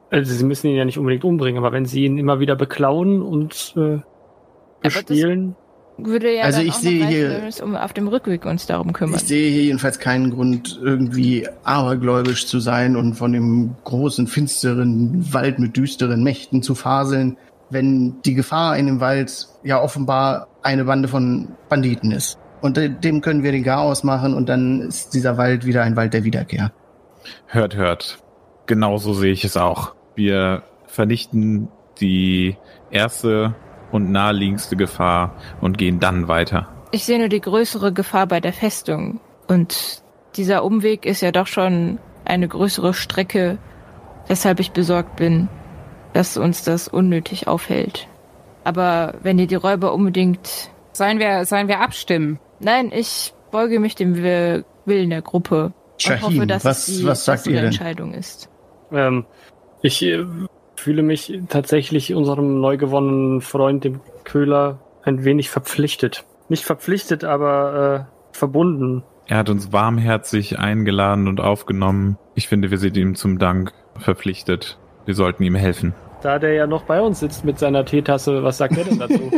Also sie müssen ihn ja nicht unbedingt umbringen, aber wenn sie ihn immer wieder beklauen und bestehlen... Würde ja Also dann ich auch sehe noch reichen, hier- wenn wir uns auf dem Rückweg uns darum kümmern. Ich sehe hier jedenfalls keinen Grund, irgendwie abergläubisch zu sein und von dem großen, finsteren Wald mit düsteren Mächten zu faseln, wenn die Gefahr in dem Wald ja offenbar eine Bande von Banditen ist. Und dem können wir den Garaus machen und dann ist dieser Wald wieder ein Wald der Wiederkehr. Hört. Genauso sehe ich es auch. Wir vernichten die erste und naheliegendste Gefahr und gehen dann weiter. Ich sehe nur die größere Gefahr bei der Festung. Und dieser Umweg ist ja doch schon eine größere Strecke, weshalb ich besorgt bin, dass uns das unnötig aufhält. Aber wenn ihr die Räuber unbedingt... Sollen wir abstimmen? Nein, ich beuge mich dem Willen der Gruppe. Und Shahim, hoffe, dass was es die sagt ihr bessere denn? Entscheidung ist. Ich fühle mich tatsächlich unserem neu gewonnenen Freund, dem Köhler, ein wenig verpflichtet. Nicht verpflichtet, aber verbunden. Er hat uns warmherzig eingeladen und aufgenommen. Ich finde, wir sind ihm zum Dank verpflichtet. Wir sollten ihm helfen. Da der ja noch bei uns sitzt mit seiner Teetasse, was sagt er denn dazu?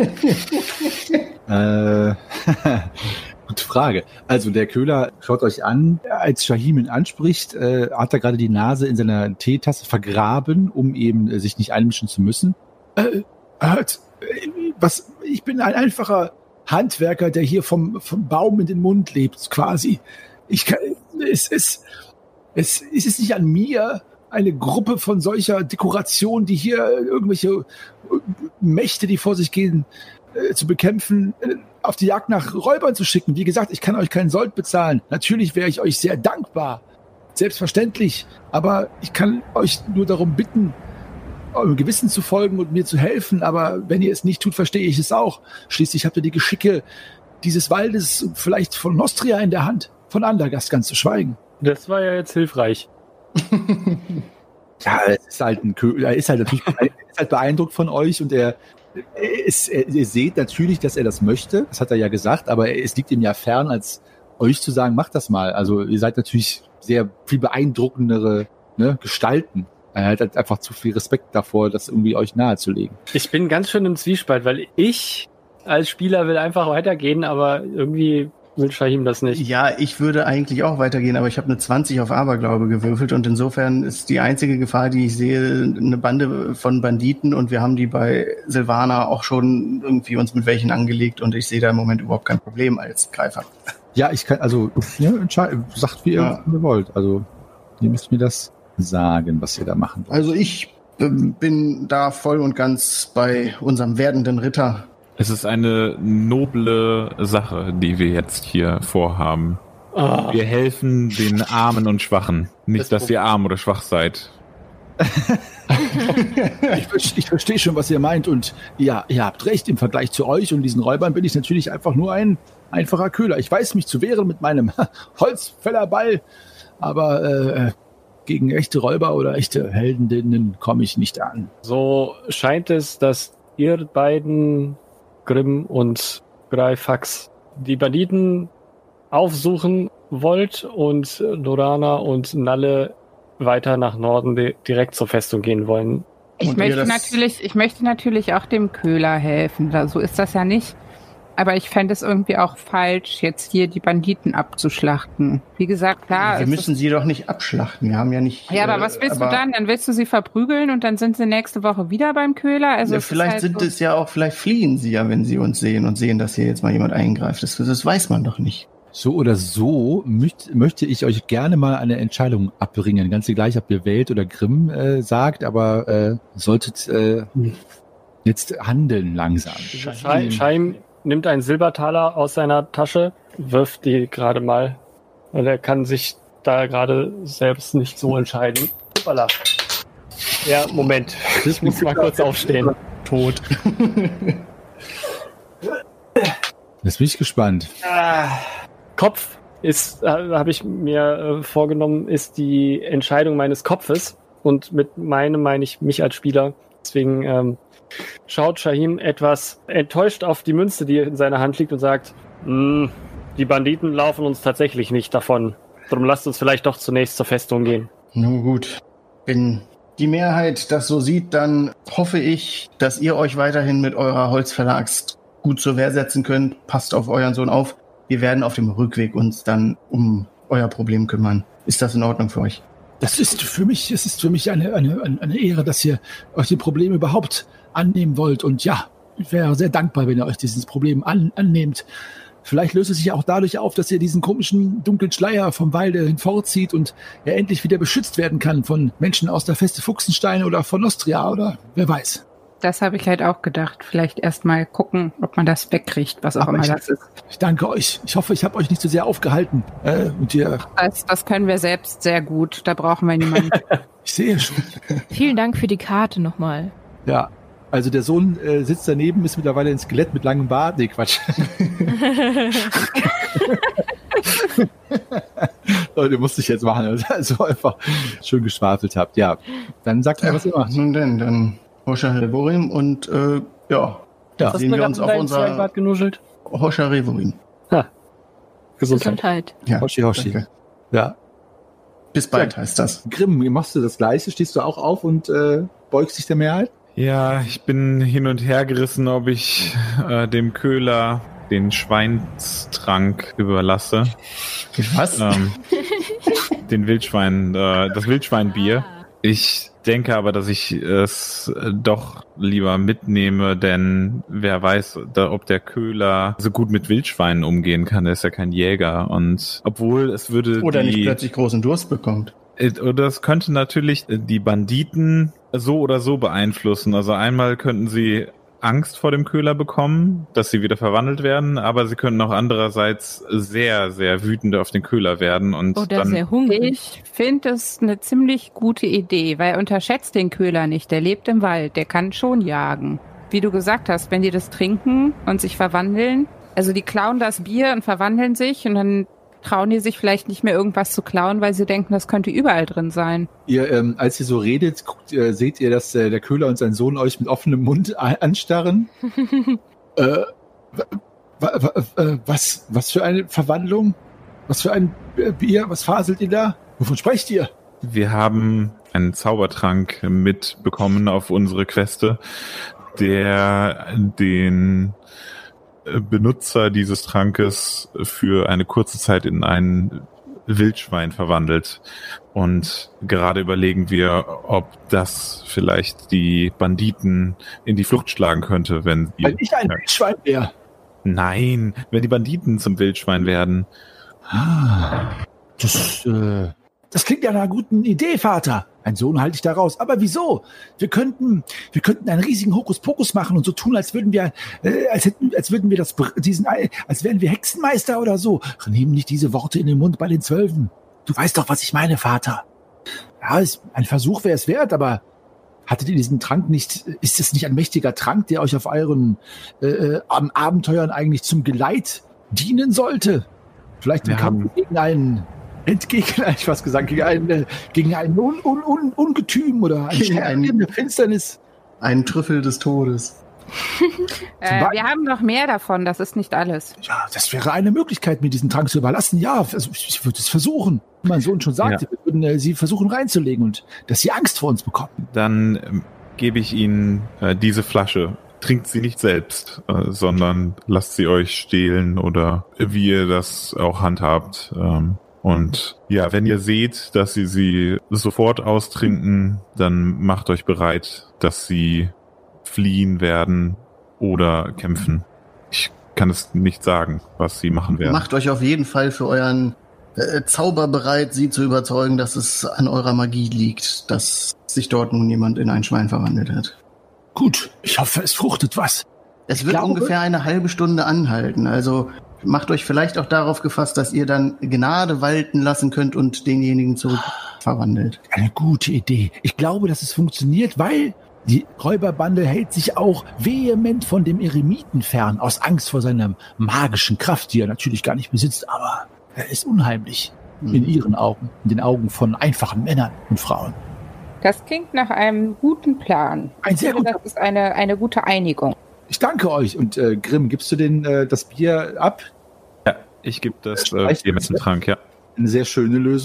Gute Frage. Also der Köhler schaut euch an. Als Shahim ihn anspricht, hat er gerade die Nase in seiner Teetasse vergraben, um eben sich nicht einmischen zu müssen. Ich bin ein einfacher Handwerker, der hier vom Baum in den Mund lebt, quasi. Es ist nicht an mir, eine Gruppe von solcher Dekoration, die hier irgendwelche Mächte, die vor sich gehen, zu bekämpfen, auf die Jagd nach Räubern zu schicken. Wie gesagt, ich kann euch keinen Sold bezahlen. Natürlich wäre ich euch sehr dankbar. Selbstverständlich. Aber ich kann euch nur darum bitten, eurem Gewissen zu folgen und mir zu helfen. Aber wenn ihr es nicht tut, verstehe ich es auch. Schließlich habt ihr die Geschicke dieses Waldes und vielleicht von Nostria in der Hand. Von Andergast ganz zu schweigen. Das war ja jetzt hilfreich. Ja, es ist halt er ist halt natürlich beeindruckt von euch und ihr seht natürlich, dass er das möchte. Das hat er ja gesagt, aber es liegt ihm ja fern, als euch zu sagen, macht das mal. Also ihr seid natürlich sehr viel beeindruckendere Gestalten. Er hat halt einfach zu viel Respekt davor, das irgendwie euch nahezulegen. Ich bin ganz schön im Zwiespalt, weil ich als Spieler will einfach weitergehen, aber irgendwie will Shahim das nicht. Ja, ich würde eigentlich auch weitergehen, aber ich habe eine 20 auf Aberglaube gewürfelt und insofern ist die einzige Gefahr, die ich sehe, eine Bande von Banditen und wir haben die bei Silvana auch schon irgendwie uns mit welchen angelegt und ich sehe da im Moment überhaupt kein Problem als Greifer. Ja, ich kann, also, sagt, wie ihr wollt. Also, ihr müsst mir das sagen, was ihr da machen wollt. Also ich bin da voll und ganz bei unserem werdenden Ritter. Es ist eine noble Sache, die wir jetzt hier vorhaben. Wir helfen den Armen und Schwachen. Nicht, dass ihr arm oder schwach seid. Ich verstehe schon, was ihr meint und ja, ihr habt recht, im Vergleich zu euch und diesen Räubern bin ich natürlich einfach nur ein einfacher Köhler. Ich weiß mich zu wehren mit meinem Holzfällerball, aber gegen echte Räuber oder echte Heldinnen komme ich nicht an. So scheint es, dass ihr beiden, Grimm und Greifax, die Banditen aufsuchen wollt und Lorana und Nalle weiter nach Norden direkt zur Festung gehen wollen. Ich möchte natürlich auch dem Köhler helfen. So ist das ja nicht. Aber ich fände es irgendwie auch falsch, jetzt hier die Banditen abzuschlachten. Wie gesagt, klar. Wir müssen sie doch nicht abschlachten. Wir haben ja nicht. Ja, aber was willst du dann? Dann willst du sie verprügeln und dann sind sie nächste Woche wieder beim Köhler? Also ja, vielleicht vielleicht fliehen sie ja, wenn sie uns sehen und sehen, dass hier jetzt mal jemand eingreift. Das weiß man doch nicht. So oder so möchte ich euch gerne mal eine Entscheidung abbringen. Ganz gleich, ob ihr Welt oder Grimm sagt, aber solltet jetzt handeln langsam. Shahim nimmt einen Silbertaler aus seiner Tasche, wirft die gerade mal, weil er kann sich da gerade selbst nicht so entscheiden. Hoppala. Ja, Moment. Ich muss mal kurz aufstehen. Tot. Jetzt bin ich gespannt. Kopf ist, habe ich mir vorgenommen, ist die Entscheidung meines Kopfes. Und mit meinem meine ich mich als Spieler. Deswegen schaut Shahim etwas enttäuscht auf die Münze, die in seiner Hand liegt und sagt, die Banditen laufen uns tatsächlich nicht davon. Darum lasst uns vielleicht doch zunächst zur Festung gehen. Nun gut, wenn die Mehrheit das so sieht, dann hoffe ich, dass ihr euch weiterhin mit eurer Holzfäller-Axt gut zur Wehr setzen könnt. Passt auf euren Sohn auf. Wir werden auf dem Rückweg uns dann um euer Problem kümmern. Ist das in Ordnung für euch? Es ist für mich eine Ehre, dass ihr euch die Probleme überhaupt annehmen wollt. Und ja, ich wäre sehr dankbar, wenn ihr euch dieses Problem annehmt. Vielleicht löst es sich auch dadurch auf, dass ihr diesen komischen dunklen Schleier vom Walde hinvorzieht und er endlich wieder beschützt werden kann von Menschen aus der Feste Fuchsenstein oder von Nostria oder wer weiß. Das habe ich halt auch gedacht. Vielleicht erst mal gucken, ob man das wegkriegt, was auch immer das ist. Ich danke euch. Ich hoffe, ich habe euch nicht zu sehr aufgehalten. Das können wir selbst sehr gut. Da brauchen wir niemanden. Ich sehe schon. Vielen Dank für die Karte nochmal. Ja, also der Sohn sitzt daneben, ist mittlerweile ein Skelett mit langem Bart. Nee, Quatsch. Leute, musste ich jetzt machen. Also einfach schön geschwafelt habt. Ja, dann sagt mir, was ihr macht. Nun denn, dann Hoscha Revorim und sehen wir uns auf unserer genuschelt. Hoscha Revorim. Gesundheit. Ja, Hoshi. danke. Ja. Bis bald heißt das. Grimm, machst du das Gleiche? Stehst du auch auf und beugst dich der Mehrheit? Ja, ich bin hin und her gerissen, ob ich dem Köhler den Schweinstrank überlasse. Was? Den Wildschwein, das Wildschweinbier. Ich denke aber, dass ich es doch lieber mitnehme, denn wer weiß, ob der Köhler so gut mit Wildschweinen umgehen kann. Er ist ja kein Jäger. Und obwohl es würde oder nicht plötzlich großen Durst bekommt. Oder es könnte natürlich die Banditen so oder so beeinflussen. Also einmal könnten sie Angst vor dem Köhler bekommen, dass sie wieder verwandelt werden, aber sie können auch andererseits sehr, sehr wütend auf den Köhler werden und oder dann sehr hungrig. Ich finde es eine ziemlich gute Idee, weil unterschätzt den Köhler nicht. Der lebt im Wald, der kann schon jagen. Wie du gesagt hast, wenn die das trinken und sich verwandeln, also die klauen das Bier und verwandeln sich und dann trauen die sich vielleicht nicht mehr irgendwas zu klauen, weil sie denken, das könnte überall drin sein. Ihr, als ihr so redet, seht ihr, dass der Köhler und sein Sohn euch mit offenem Mund anstarren. Was für eine Verwandlung? Was für ein Bier? Was faselt ihr da? Wovon sprecht ihr? wir haben einen Zaubertrank mitbekommen auf unsere Queste, der den Benutzer dieses Trankes für eine kurze Zeit in ein Wildschwein verwandelt. Und gerade überlegen wir, ob das vielleicht die Banditen in die Flucht schlagen könnte, wenn Weil ich ein Wildschwein wäre. Nein, wenn die Banditen zum Wildschwein werden. Das klingt ja nach einer guten Idee, Vater. Ein Sohn halte ich da raus. Aber wieso? Wir könnten einen riesigen Hokuspokus machen und so tun, als wären wir Hexenmeister oder so. Nehmen nicht diese Worte in den Mund bei den Zwölfen. Du weißt doch, was ich meine, Vater. Ja, ein Versuch wäre es wert, aber hattet ihr diesen Trank nicht, ist es nicht ein mächtiger Trank, der euch auf euren Abenteuern eigentlich zum Geleit dienen sollte? Vielleicht im Kampf gegen einen gegen ein Ungetüm oder eine Finsternis. Ein Trüffel des Todes. Wir haben noch mehr davon, das ist nicht alles. Ja, das wäre eine Möglichkeit, mir diesen Trank zu überlassen. Ja, also ich würde es versuchen. Mein Sohn schon sagte, wir würden sie versuchen reinzulegen und dass sie Angst vor uns bekommen. Dann gebe ich Ihnen diese Flasche. Trinkt sie nicht selbst, sondern lasst sie euch stehlen oder wie ihr das auch handhabt. Und ja, wenn ihr seht, dass sie sofort austrinken, dann macht euch bereit, dass sie fliehen werden oder kämpfen. Ich kann es nicht sagen, was sie machen werden. Macht euch auf jeden Fall für euren Zauber bereit, sie zu überzeugen, dass es an eurer Magie liegt, dass sich dort nun jemand in ein Schwein verwandelt hat. Gut, ich hoffe, es fruchtet was. Es wird ungefähr eine halbe Stunde anhalten, also macht euch vielleicht auch darauf gefasst, dass ihr dann Gnade walten lassen könnt und denjenigen zurück verwandelt. Eine gute Idee. Ich glaube, dass es funktioniert, weil die Räuberbande hält sich auch vehement von dem Eremiten fern, aus Angst vor seiner magischen Kraft, die er natürlich gar nicht besitzt, aber er ist unheimlich in ihren Augen, in den Augen von einfachen Männern und Frauen. Das klingt nach einem guten Plan. Das ist eine gute Einigung. Ich danke euch. Und Grimm, gibst du das Bier ab? Ja, ich gebe das Bier mit dem Trank, ja. Eine sehr schöne Lösung.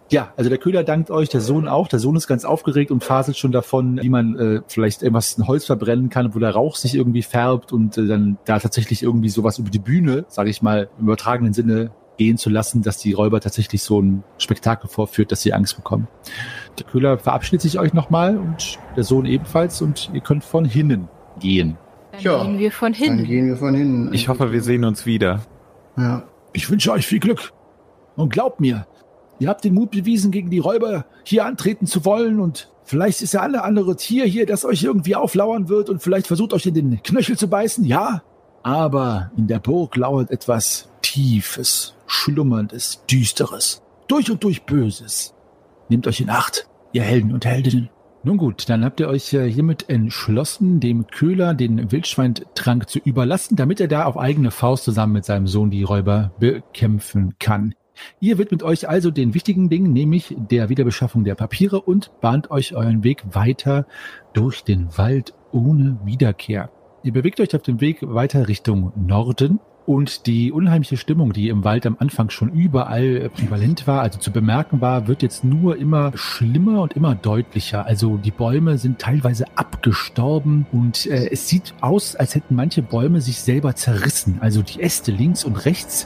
Ja, also der Köhler dankt euch, der Sohn auch. Der Sohn ist ganz aufgeregt und faselt schon davon, wie man vielleicht irgendwas ein Holz verbrennen kann, wo der Rauch sich irgendwie färbt und dann da tatsächlich irgendwie sowas über die Bühne, sage ich mal, im übertragenen Sinne gehen zu lassen, dass die Räuber tatsächlich so ein Spektakel vorführt, dass sie Angst bekommen. Der Köhler verabschiedet sich euch nochmal und der Sohn ebenfalls und ihr könnt von hinnen gehen. Dann gehen wir von hin. Ich hoffe, wir sehen uns wieder. Ja. Ich wünsche euch viel Glück. Und glaubt mir, ihr habt den Mut bewiesen, gegen die Räuber hier antreten zu wollen und vielleicht ist ja alle andere Tier hier, das euch irgendwie auflauern wird und vielleicht versucht euch in den Knöchel zu beißen, ja. Aber in der Burg lauert etwas Tiefes, Schlummerndes, Düsteres, durch und durch Böses. Nehmt euch in Acht, ihr Helden und Heldinnen. Nun gut, dann habt ihr euch hiermit entschlossen, dem Köhler den Wildschweintrank zu überlassen, damit er da auf eigene Faust zusammen mit seinem Sohn die Räuber bekämpfen kann. Ihr widmet euch also den wichtigen Dingen, nämlich der Wiederbeschaffung der Papiere und bahnt euch euren Weg weiter durch den Wald ohne Wiederkehr. Ihr bewegt euch auf dem Weg weiter Richtung Norden. Und die unheimliche Stimmung, die im Wald am Anfang schon überall prävalent war, also zu bemerken war, wird jetzt nur immer schlimmer und immer deutlicher. Also die Bäume sind teilweise abgestorben und es sieht aus, als hätten manche Bäume sich selber zerrissen. Also die Äste links und rechts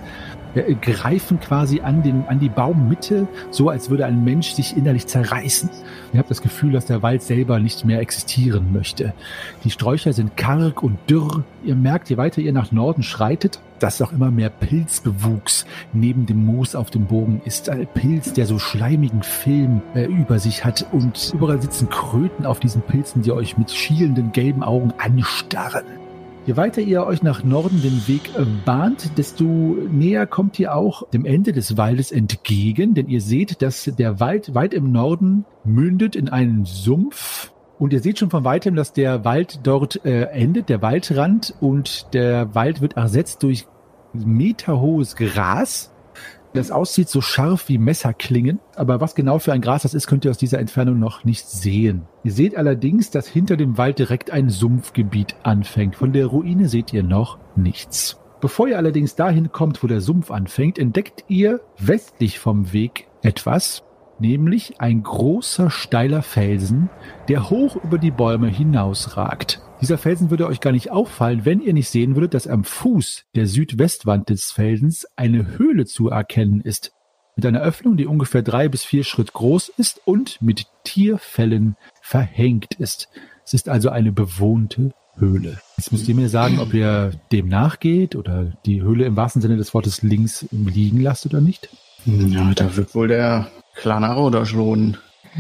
greifen quasi an die Baummitte, so als würde ein Mensch sich innerlich zerreißen. Ihr habt das Gefühl, dass der Wald selber nicht mehr existieren möchte. Die Sträucher sind karg und dürr. Ihr merkt, je weiter ihr nach Norden schreitet, dass auch immer mehr Pilzbewuchs neben dem Moos auf dem Bogen ist. Ein Pilz, der so schleimigen Film über sich hat und überall sitzen Kröten auf diesen Pilzen, die euch mit schielenden gelben Augen anstarren. Je weiter ihr euch nach Norden den Weg bahnt, desto näher kommt ihr auch dem Ende des Waldes entgegen, denn ihr seht, dass der Wald weit im Norden mündet in einen Sumpf und ihr seht schon von weitem, dass der Wald dort endet, der Waldrand, und der Wald wird ersetzt durch meterhohes Gras, das aussieht so scharf wie Messerklingen, aber was genau für ein Gras das ist, könnt ihr aus dieser Entfernung noch nicht sehen. Ihr seht allerdings, dass hinter dem Wald direkt ein Sumpfgebiet anfängt. Von der Ruine seht ihr noch nichts. Bevor ihr allerdings dahin kommt, wo der Sumpf anfängt, entdeckt ihr westlich vom Weg etwas, nämlich ein großer, steiler Felsen, der hoch über die Bäume hinausragt. Dieser Felsen würde euch gar nicht auffallen, wenn ihr nicht sehen würdet, dass am Fuß der Südwestwand des Felsens eine Höhle zu erkennen ist. Mit einer Öffnung, die ungefähr 3 bis 4 Schritt groß ist und mit Tierfellen verhängt ist. Es ist also eine bewohnte Höhle. Jetzt müsst ihr mir sagen, ob ihr dem nachgeht oder die Höhle im wahrsten Sinne des Wortes links liegen lasst oder nicht. Ja, da wird wohl der Clan Arodash lohnen.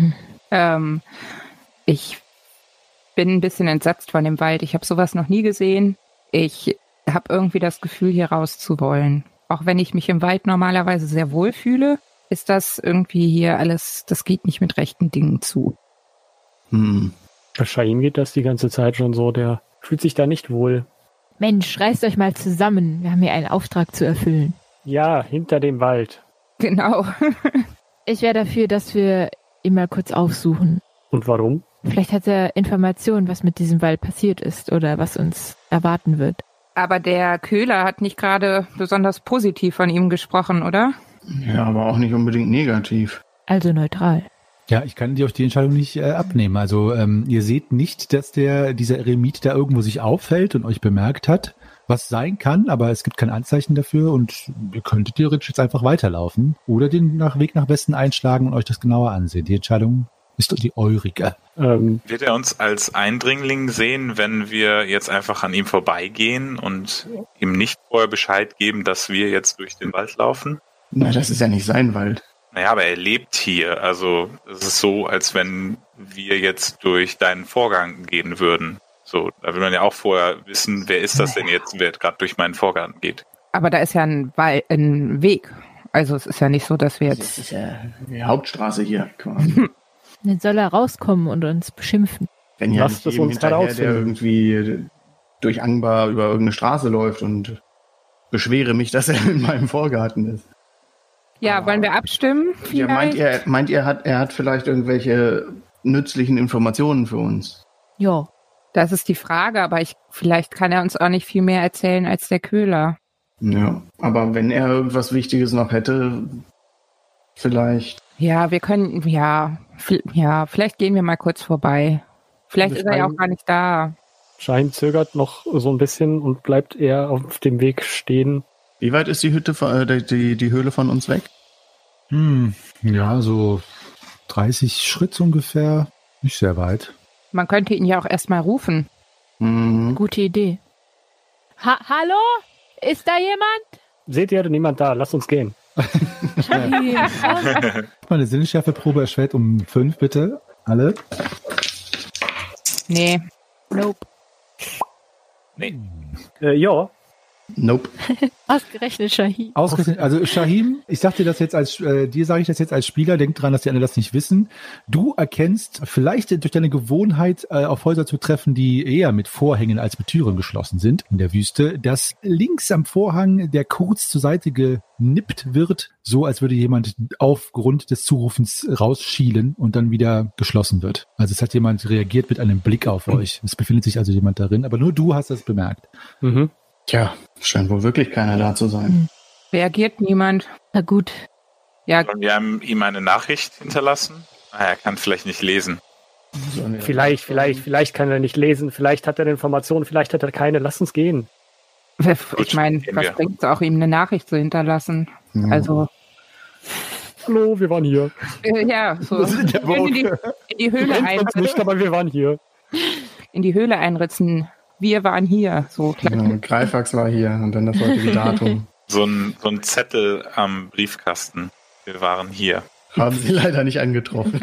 Ich bin ein bisschen entsetzt von dem Wald. Ich habe sowas noch nie gesehen. Ich habe irgendwie das Gefühl, hier raus zu wollen. Auch wenn ich mich im Wald normalerweise sehr wohl fühle, ist das irgendwie hier alles, das geht nicht mit rechten Dingen zu. Bei Shaim geht das die ganze Zeit schon so, der fühlt sich da nicht wohl. Mensch, reißt euch mal zusammen. Wir haben hier einen Auftrag zu erfüllen. Ja, hinter dem Wald. Genau. Ich wäre dafür, dass wir ihn mal kurz aufsuchen. Und warum? Vielleicht hat er Informationen, was mit diesem Wald passiert ist oder was uns erwarten wird. Aber der Köhler hat nicht gerade besonders positiv von ihm gesprochen, oder? Ja, aber auch nicht unbedingt negativ. Also neutral. Ja, ich kann dir euch die Entscheidung nicht abnehmen. Also ihr seht nicht, dass dieser Eremit da irgendwo sich auffällt und euch bemerkt hat, was sein kann, aber es gibt kein Anzeichen dafür und ihr könntet theoretisch jetzt einfach weiterlaufen oder den Weg nach Westen einschlagen und euch das genauer ansehen. Die Entscheidung ist die eurige. Wird er uns als Eindringling sehen, wenn wir jetzt einfach an ihm vorbeigehen und ihm nicht vorher Bescheid geben, dass wir jetzt durch den Wald laufen? Na, das ist ja nicht sein Wald. Naja, aber er lebt hier. Also es ist so, als wenn wir jetzt durch deinen Vorgang gehen würden. So, da will man ja auch vorher wissen, wer ist das denn jetzt, wer gerade durch meinen Vorgarten geht. Aber da ist ja ein Weg. Also es ist ja nicht so, dass wir Das jetzt... ist ja die Hauptstraße hier quasi. Dann soll er rauskommen und uns beschimpfen. Wenn ja Lasst nicht es uns hinterher, herausfinden. der irgendwie durch Angbar über irgendeine Straße läuft und beschwere mich, dass er in meinem Vorgarten ist. Ja, wollen wir abstimmen? Ja, meint ihr, er hat vielleicht irgendwelche nützlichen Informationen für uns? Ja. Das ist die Frage, aber vielleicht kann er uns auch nicht viel mehr erzählen als der Köhler. Ja, aber wenn er irgendwas Wichtiges noch hätte, vielleicht. Ja, wir können, vielleicht gehen wir mal kurz vorbei. Vielleicht ist er ja auch gar nicht da. Schein zögert noch so ein bisschen und bleibt eher auf dem Weg stehen. Wie weit ist die Hütte, die Höhle von uns weg? Ja, so 30 Schritt ungefähr. Nicht sehr weit. Man könnte ihn ja auch erstmal rufen. Gute Idee. Hallo? Ist da jemand? Seht ihr, niemand da, lasst uns gehen. Meine Sinnesschärfeprobe erschwert um 5, bitte. Alle. Nee. Nope. Ja. Nope. Ausgerechnet Shahim. Ausgerechnet, also Shahim, ich sag dir das jetzt dir sage ich das jetzt als Spieler, denk dran, dass die anderen das nicht wissen. Du erkennst vielleicht durch deine Gewohnheit, auf Häuser zu treffen, die eher mit Vorhängen als mit Türen geschlossen sind in der Wüste, dass links am Vorhang, der kurz zur Seite genippt wird, so als würde jemand aufgrund des Zurufens rausschielen und dann wieder geschlossen wird. Also es hat jemand reagiert mit einem Blick auf euch. Es befindet sich also jemand darin, aber nur du hast das bemerkt. Mhm. Tja, scheint wohl wirklich keiner da zu sein. Reagiert niemand. Na gut. Ja, Sollen wir ihm eine Nachricht hinterlassen? Er kann vielleicht nicht lesen. Vielleicht kann er nicht lesen, vielleicht hat er eine Information, vielleicht hat er keine. Lass uns gehen. ich meine, was bringt es auch, ihm eine Nachricht zu hinterlassen? Ja. Also, Hallo, wir waren hier. ja, so. In die Höhle Uns nicht, aber wir waren hier. in die Höhle einritzen. Wir waren hier. So Ja, Greifax war hier und dann das heutige Datum. So ein Zettel am Briefkasten. Wir waren hier. Haben sie leider nicht angetroffen.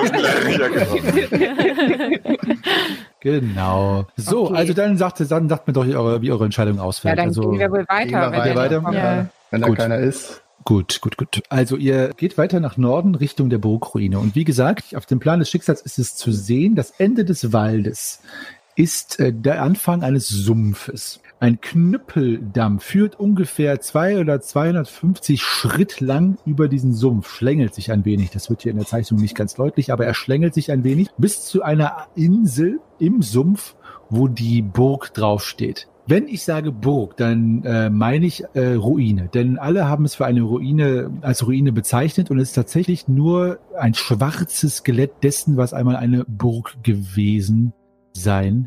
Genau. So, Okay. also dann sagt mir doch, wie eure Entscheidung ausfällt. Ja, dann also, gehen wir wohl Gehen weiter. wir weiter? Ja. Wenn da Gut. keiner ist. Gut. Also ihr geht weiter nach Norden Richtung der Burgruine. Und wie gesagt, auf dem Plan des Schicksals ist es zu sehen, das Ende des Waldes ist der Anfang eines Sumpfes. Ein Knüppeldamm führt ungefähr 200 oder 250 Schritt lang über diesen Sumpf, schlängelt sich ein wenig. Das wird hier in der Zeichnung nicht ganz deutlich, aber er schlängelt sich ein wenig bis zu einer Insel im Sumpf, wo die Burg draufsteht. Wenn ich sage Burg, dann meine ich Ruine, denn alle haben es für eine Ruine als Ruine bezeichnet und es ist tatsächlich nur ein schwarzes Skelett dessen, was einmal eine Burg gewesen sein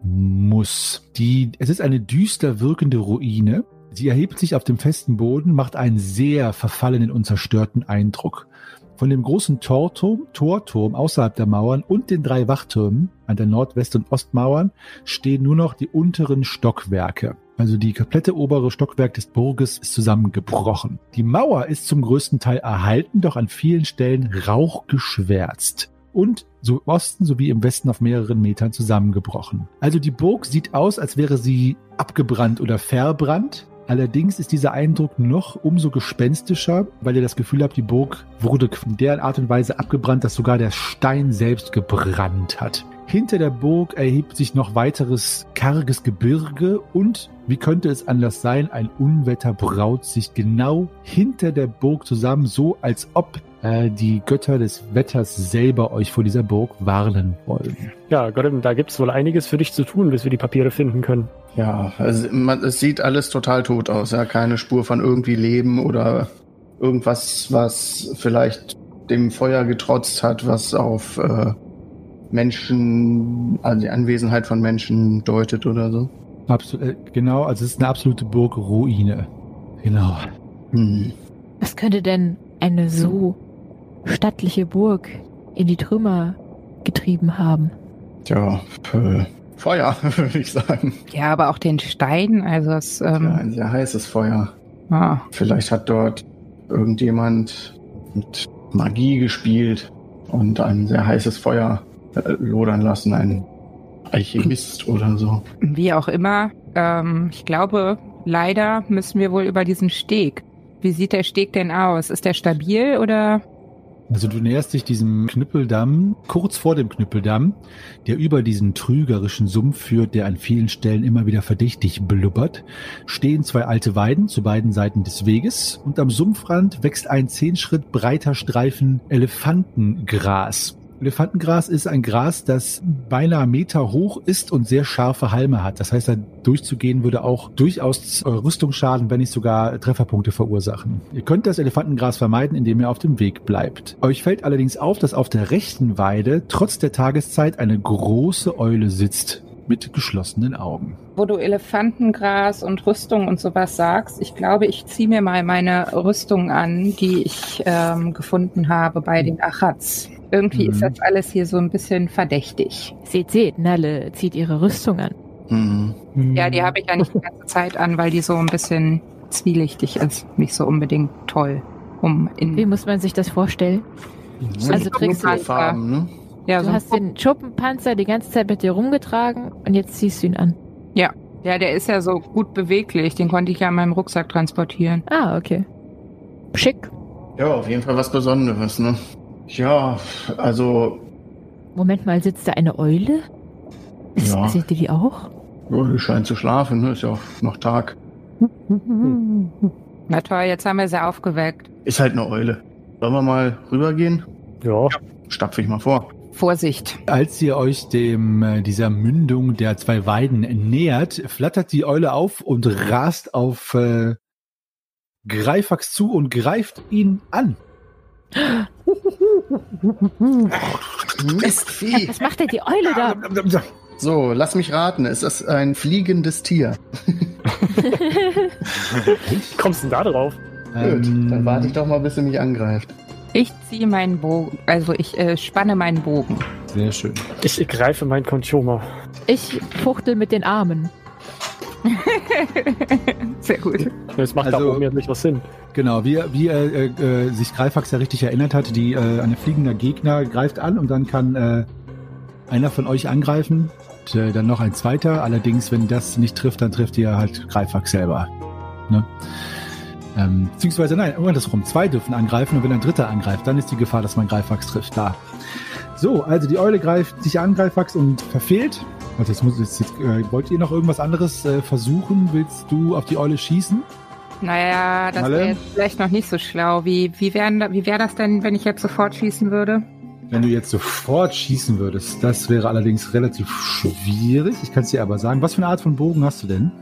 muss. Es ist eine düster wirkende Ruine. Sie erhebt sich auf dem festen Boden, macht einen sehr verfallenen und zerstörten Eindruck. Von dem großen Torturm außerhalb der Mauern und den 3 Wachtürmen an der Nordwest- und Ostmauern stehen nur noch die unteren Stockwerke. Also die komplette obere Stockwerk des Burges ist zusammengebrochen. Die Mauer ist zum größten Teil erhalten, doch an vielen Stellen rauchgeschwärzt. Und so im Osten sowie im Westen auf mehreren Metern zusammengebrochen. Also die Burg sieht aus, als wäre sie abgebrannt oder verbrannt. Allerdings ist dieser Eindruck noch umso gespenstischer, weil ihr das Gefühl habt, die Burg wurde in der Art und Weise abgebrannt, dass sogar der Stein selbst gebrannt hat. Hinter der Burg erhebt sich noch weiteres karges Gebirge und, wie könnte es anders sein, ein Unwetter braut sich genau hinter der Burg zusammen, so als ob die Götter des Wetters selber euch vor dieser Burg warnen wollen. Ja, Gott, da gibt's wohl einiges für dich zu tun, bis wir die Papiere finden können. Ja, also es sieht alles total tot aus. Ja, keine Spur von irgendwie Leben oder irgendwas, was vielleicht dem Feuer getrotzt hat, was auf Menschen, also die Anwesenheit von Menschen deutet oder so. Genau, also es ist eine absolute Burgruine. Genau. Was könnte denn eine so stattliche Burg in die Trümmer getrieben haben? Tja, Feuer, würde ich sagen. Ja, aber auch den Stein, also es, Ja, ein sehr heißes Feuer. Vielleicht hat dort irgendjemand mit Magie gespielt und ein sehr heißes Feuer lodern lassen, ein Alchemist oder so. wie auch immer. Ich glaube, leider müssen wir wohl über diesen Steg. Wie sieht der Steg denn aus? Ist der stabil oder? Also du näherst dich diesem Knüppeldamm, kurz vor dem Knüppeldamm, der über diesen trügerischen Sumpf führt, der an vielen Stellen immer wieder verdächtig blubbert, stehen 2 alte Weiden zu beiden Seiten des Weges und am Sumpfrand wächst ein 10 Schritt breiter Streifen Elefantengras. Elefantengras ist ein Gras, das beinahe Meter hoch ist und sehr scharfe Halme hat. Das heißt, da durchzugehen würde auch durchaus eure Rüstung schaden, wenn nicht sogar Trefferpunkte verursachen. Ihr könnt das Elefantengras vermeiden, indem ihr auf dem Weg bleibt. Euch fällt allerdings auf, dass auf der rechten Weide trotz der Tageszeit eine große Eule sitzt mit geschlossenen Augen. Wo du Elefantengras und Rüstung und sowas sagst, ich glaube, ich ziehe mir mal meine Rüstung an, die ich gefunden habe bei den Achats. Irgendwie ist das alles hier so ein bisschen verdächtig. Seht, Nalle zieht ihre Rüstung an. Ja, die habe ich ja nicht die ganze Zeit an, weil die so ein bisschen zwielichtig ist. Nicht so unbedingt toll. Wie muss man sich das vorstellen? Also trägst du Farben, ne? Ja, Du hast den Schuppenpanzer die ganze Zeit mit dir rumgetragen und jetzt ziehst du ihn an. Ja, der ist ja so gut beweglich. Den konnte ich ja in meinem Rucksack transportieren. Ah, okay. Schick. Ja, auf jeden Fall was Besonderes, ne? Ja, also, Moment mal, sitzt da eine Eule? Ja. Seht ihr die auch? die scheint zu schlafen, ne? Ist ja auch noch Tag. Na toll, jetzt haben wir sie aufgeweckt. Ist halt eine Eule. Sollen wir mal rübergehen? Ja. Stapfe ich mal vor. Vorsicht. Als ihr euch dieser Mündung der 2 Weiden nähert, flattert die Eule auf und rast auf Greifax zu und greift ihn an. Mistvieh. Was macht denn die Eule da? So, lass mich raten. Es ist ein fliegendes Tier. Wie kommst du denn da drauf? Gut, dann warte ich doch mal, bis sie mich angreift. Ich ziehe meinen Bogen, also ich spanne meinen Bogen. Sehr schön. Ich greife mein Conchoma. Ich fuchtel mit den Armen. Sehr gut. Das macht da oben ja durchaus Sinn. Genau, wie sich Greifax ja richtig erinnert hat, ein fliegender Gegner greift an und dann kann einer von euch angreifen, und, dann noch ein zweiter. Allerdings, wenn das nicht trifft, dann trifft ihr halt Greifax selber. Ne? Beziehungsweise, nein, andersrum. 2 dürfen angreifen und wenn ein dritter angreift, dann ist die Gefahr, dass man Greifax trifft, da. So, also die Eule greift sich an Greifax und verfehlt. Also wollt ihr noch irgendwas anderes versuchen? Willst du auf die Eule schießen? Naja, das wäre jetzt vielleicht noch nicht so schlau. Wie wäre das denn, wenn ich jetzt sofort schießen würde? Wenn du jetzt sofort schießen würdest, das wäre allerdings relativ schwierig. Ich kann es dir aber sagen. Was für eine Art von Bogen hast du denn?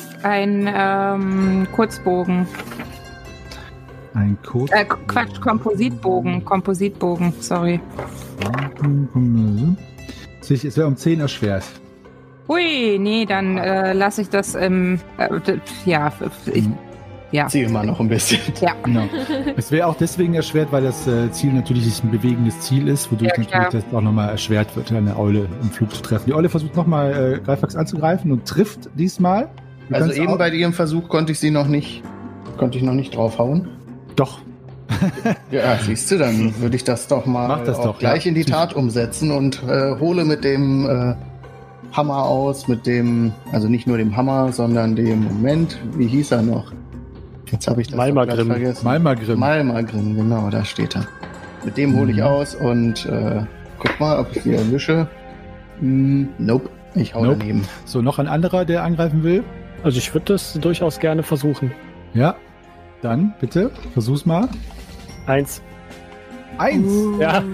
Ein Kurzbogen. Ein Kompositbogen, sorry. Es wäre um 10 erschwert. Hui, nee, dann lasse ich das Zieh mal noch ein bisschen. Ja. Genau. Es wäre auch deswegen erschwert, weil das Ziel natürlich ein bewegendes Ziel ist, wodurch natürlich das auch nochmal erschwert wird, eine Eule im Flug zu treffen. Die Eule versucht nochmal Greifax anzugreifen und trifft diesmal. Also eben bei ihrem Versuch konnte ich noch nicht draufhauen. Doch. Ja, siehst du, dann würde ich das doch mal gleich in die Tat umsetzen und hole mit dem Hammer aus, also nicht nur dem Hammer, sondern dem wie hieß er noch? Jetzt habe ich das Malmagrim. vergessen. Malmagrim, genau, da steht er. Mit dem hole ich aus und guck mal, ob ich die erwische. Nope, ich hau daneben. So, noch ein anderer, der angreifen will? Also ich würde das durchaus gerne versuchen. Ja, dann bitte, versuch's mal. 1. 1? Ja.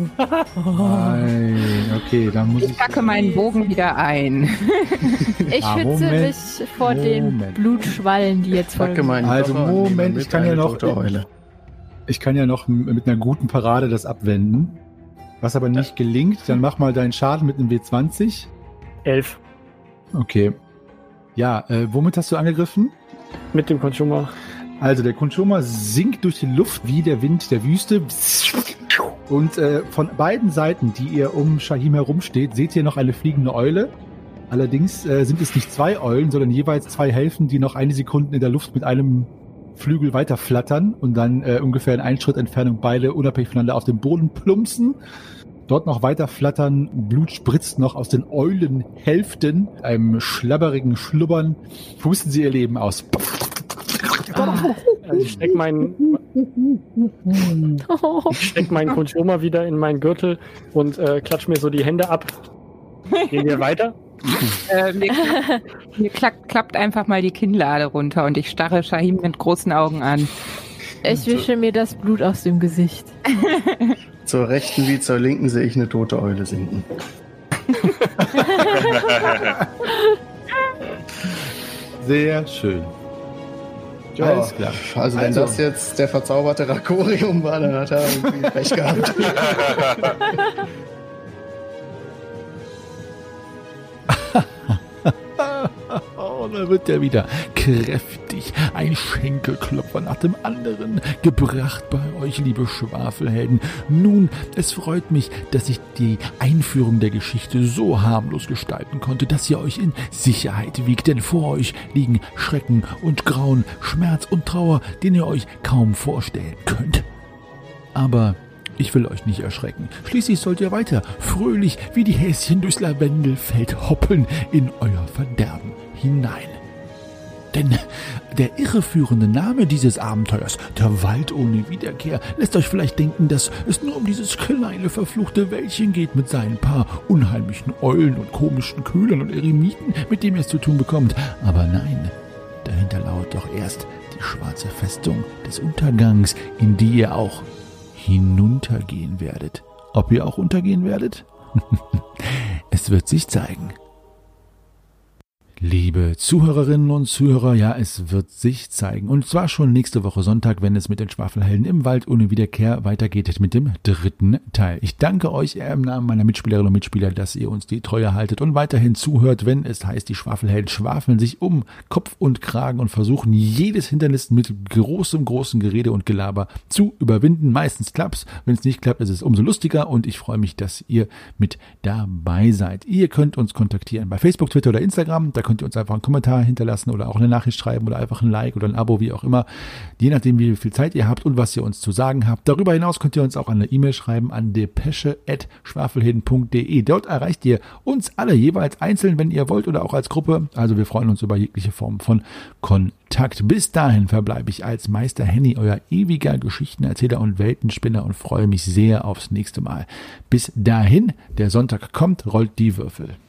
Okay, dann muss ich packe meinen Bogen wieder ein. Ich schütze mich vor den Blutschwallen, die jetzt folgen. Also Moment, ich kann ja noch mit einer guten Parade das abwenden. Was aber nicht gelingt, dann mach mal deinen Schaden mit einem W20. 11. Okay. Ja, womit hast du angegriffen? Mit dem Conchoma. Also der Conchoma sinkt durch die Luft wie der Wind der Wüste. Und von beiden Seiten, die ihr um Shahim herumsteht, seht ihr noch eine fliegende Eule. Allerdings sind es nicht 2 Eulen, sondern jeweils 2 Hälften, die noch eine Sekunde in der Luft mit einem Flügel weiter flattern und dann ungefähr in 1 Schritt Entfernung beide unabhängig voneinander auf den Boden plumpsen. Dort noch weiter flattern, Blut spritzt noch aus den Eulenhälften, einem schlabberigen Schlubbern, pusten sie ihr Leben aus. Also ich steck meinen Conchoma wieder in meinen Gürtel und klatsch mir so die Hände ab. Gehen wir weiter? Mir klappt einfach mal die Kinnlade runter und ich starre Shahim mit großen Augen an. Ich wische mir das Blut aus dem Gesicht. Zur rechten wie zur linken sehe ich eine tote Eule sinken. Sehr schön. Ja, alles klar. Also wenn das jetzt der verzauberte Rakorium war, dann hat er irgendwie Pech gehabt. Oh, da wird er wieder kräftig, ein Schenkelklopfer nach dem anderen, gebracht bei euch, liebe Schwafelhelden. Nun, es freut mich, dass ich die Einführung der Geschichte so harmlos gestalten konnte, dass ihr euch in Sicherheit wiegt, denn vor euch liegen Schrecken und Grauen, Schmerz und Trauer, den ihr euch kaum vorstellen könnt. Aber ich will euch nicht erschrecken. Schließlich sollt ihr weiter fröhlich wie die Häschen durchs Lavendelfeld hoppeln in euer Verderben hinein. Denn der irreführende Name dieses Abenteuers, der Wald ohne Wiederkehr, lässt euch vielleicht denken, dass es nur um dieses kleine verfluchte Wäldchen geht mit seinen paar unheimlichen Eulen und komischen Köhlern und Eremiten, mit dem ihr es zu tun bekommt. Aber nein, dahinter lauert doch erst die schwarze Festung des Untergangs, in die ihr auch hinuntergehen werdet. Ob ihr auch untergehen werdet? Es wird sich zeigen. Liebe Zuhörerinnen und Zuhörer, ja, es wird sich zeigen. Und zwar schon nächste Woche Sonntag, wenn es mit den Schwafelhelden im Wald ohne Wiederkehr weitergeht mit dem 3. Teil. Ich danke euch im Namen meiner Mitspielerinnen und Mitspieler, dass ihr uns die Treue haltet und weiterhin zuhört, wenn es heißt, die Schwafelhelden schwafeln sich um Kopf und Kragen und versuchen, jedes Hindernis mit großem Gerede und Gelaber zu überwinden. Meistens klappt's. Wenn es nicht klappt, ist es umso lustiger und ich freue mich, dass ihr mit dabei seid. Ihr könnt uns kontaktieren bei Facebook, Twitter oder Instagram. Da könnt ihr uns einfach einen Kommentar hinterlassen oder auch eine Nachricht schreiben oder einfach ein Like oder ein Abo, wie auch immer, je nachdem, wie viel Zeit ihr habt und was ihr uns zu sagen habt. Darüber hinaus könnt ihr uns auch eine E-Mail schreiben an depesche@schwafelhelden.de. Dort erreicht ihr uns alle jeweils einzeln, wenn ihr wollt oder auch als Gruppe. Also wir freuen uns über jegliche Form von Kontakt. Bis dahin verbleibe ich als Meister Henny, euer ewiger Geschichtenerzähler und Weltenspinner und freue mich sehr aufs nächste Mal. Bis dahin, der Sonntag kommt, rollt die Würfel.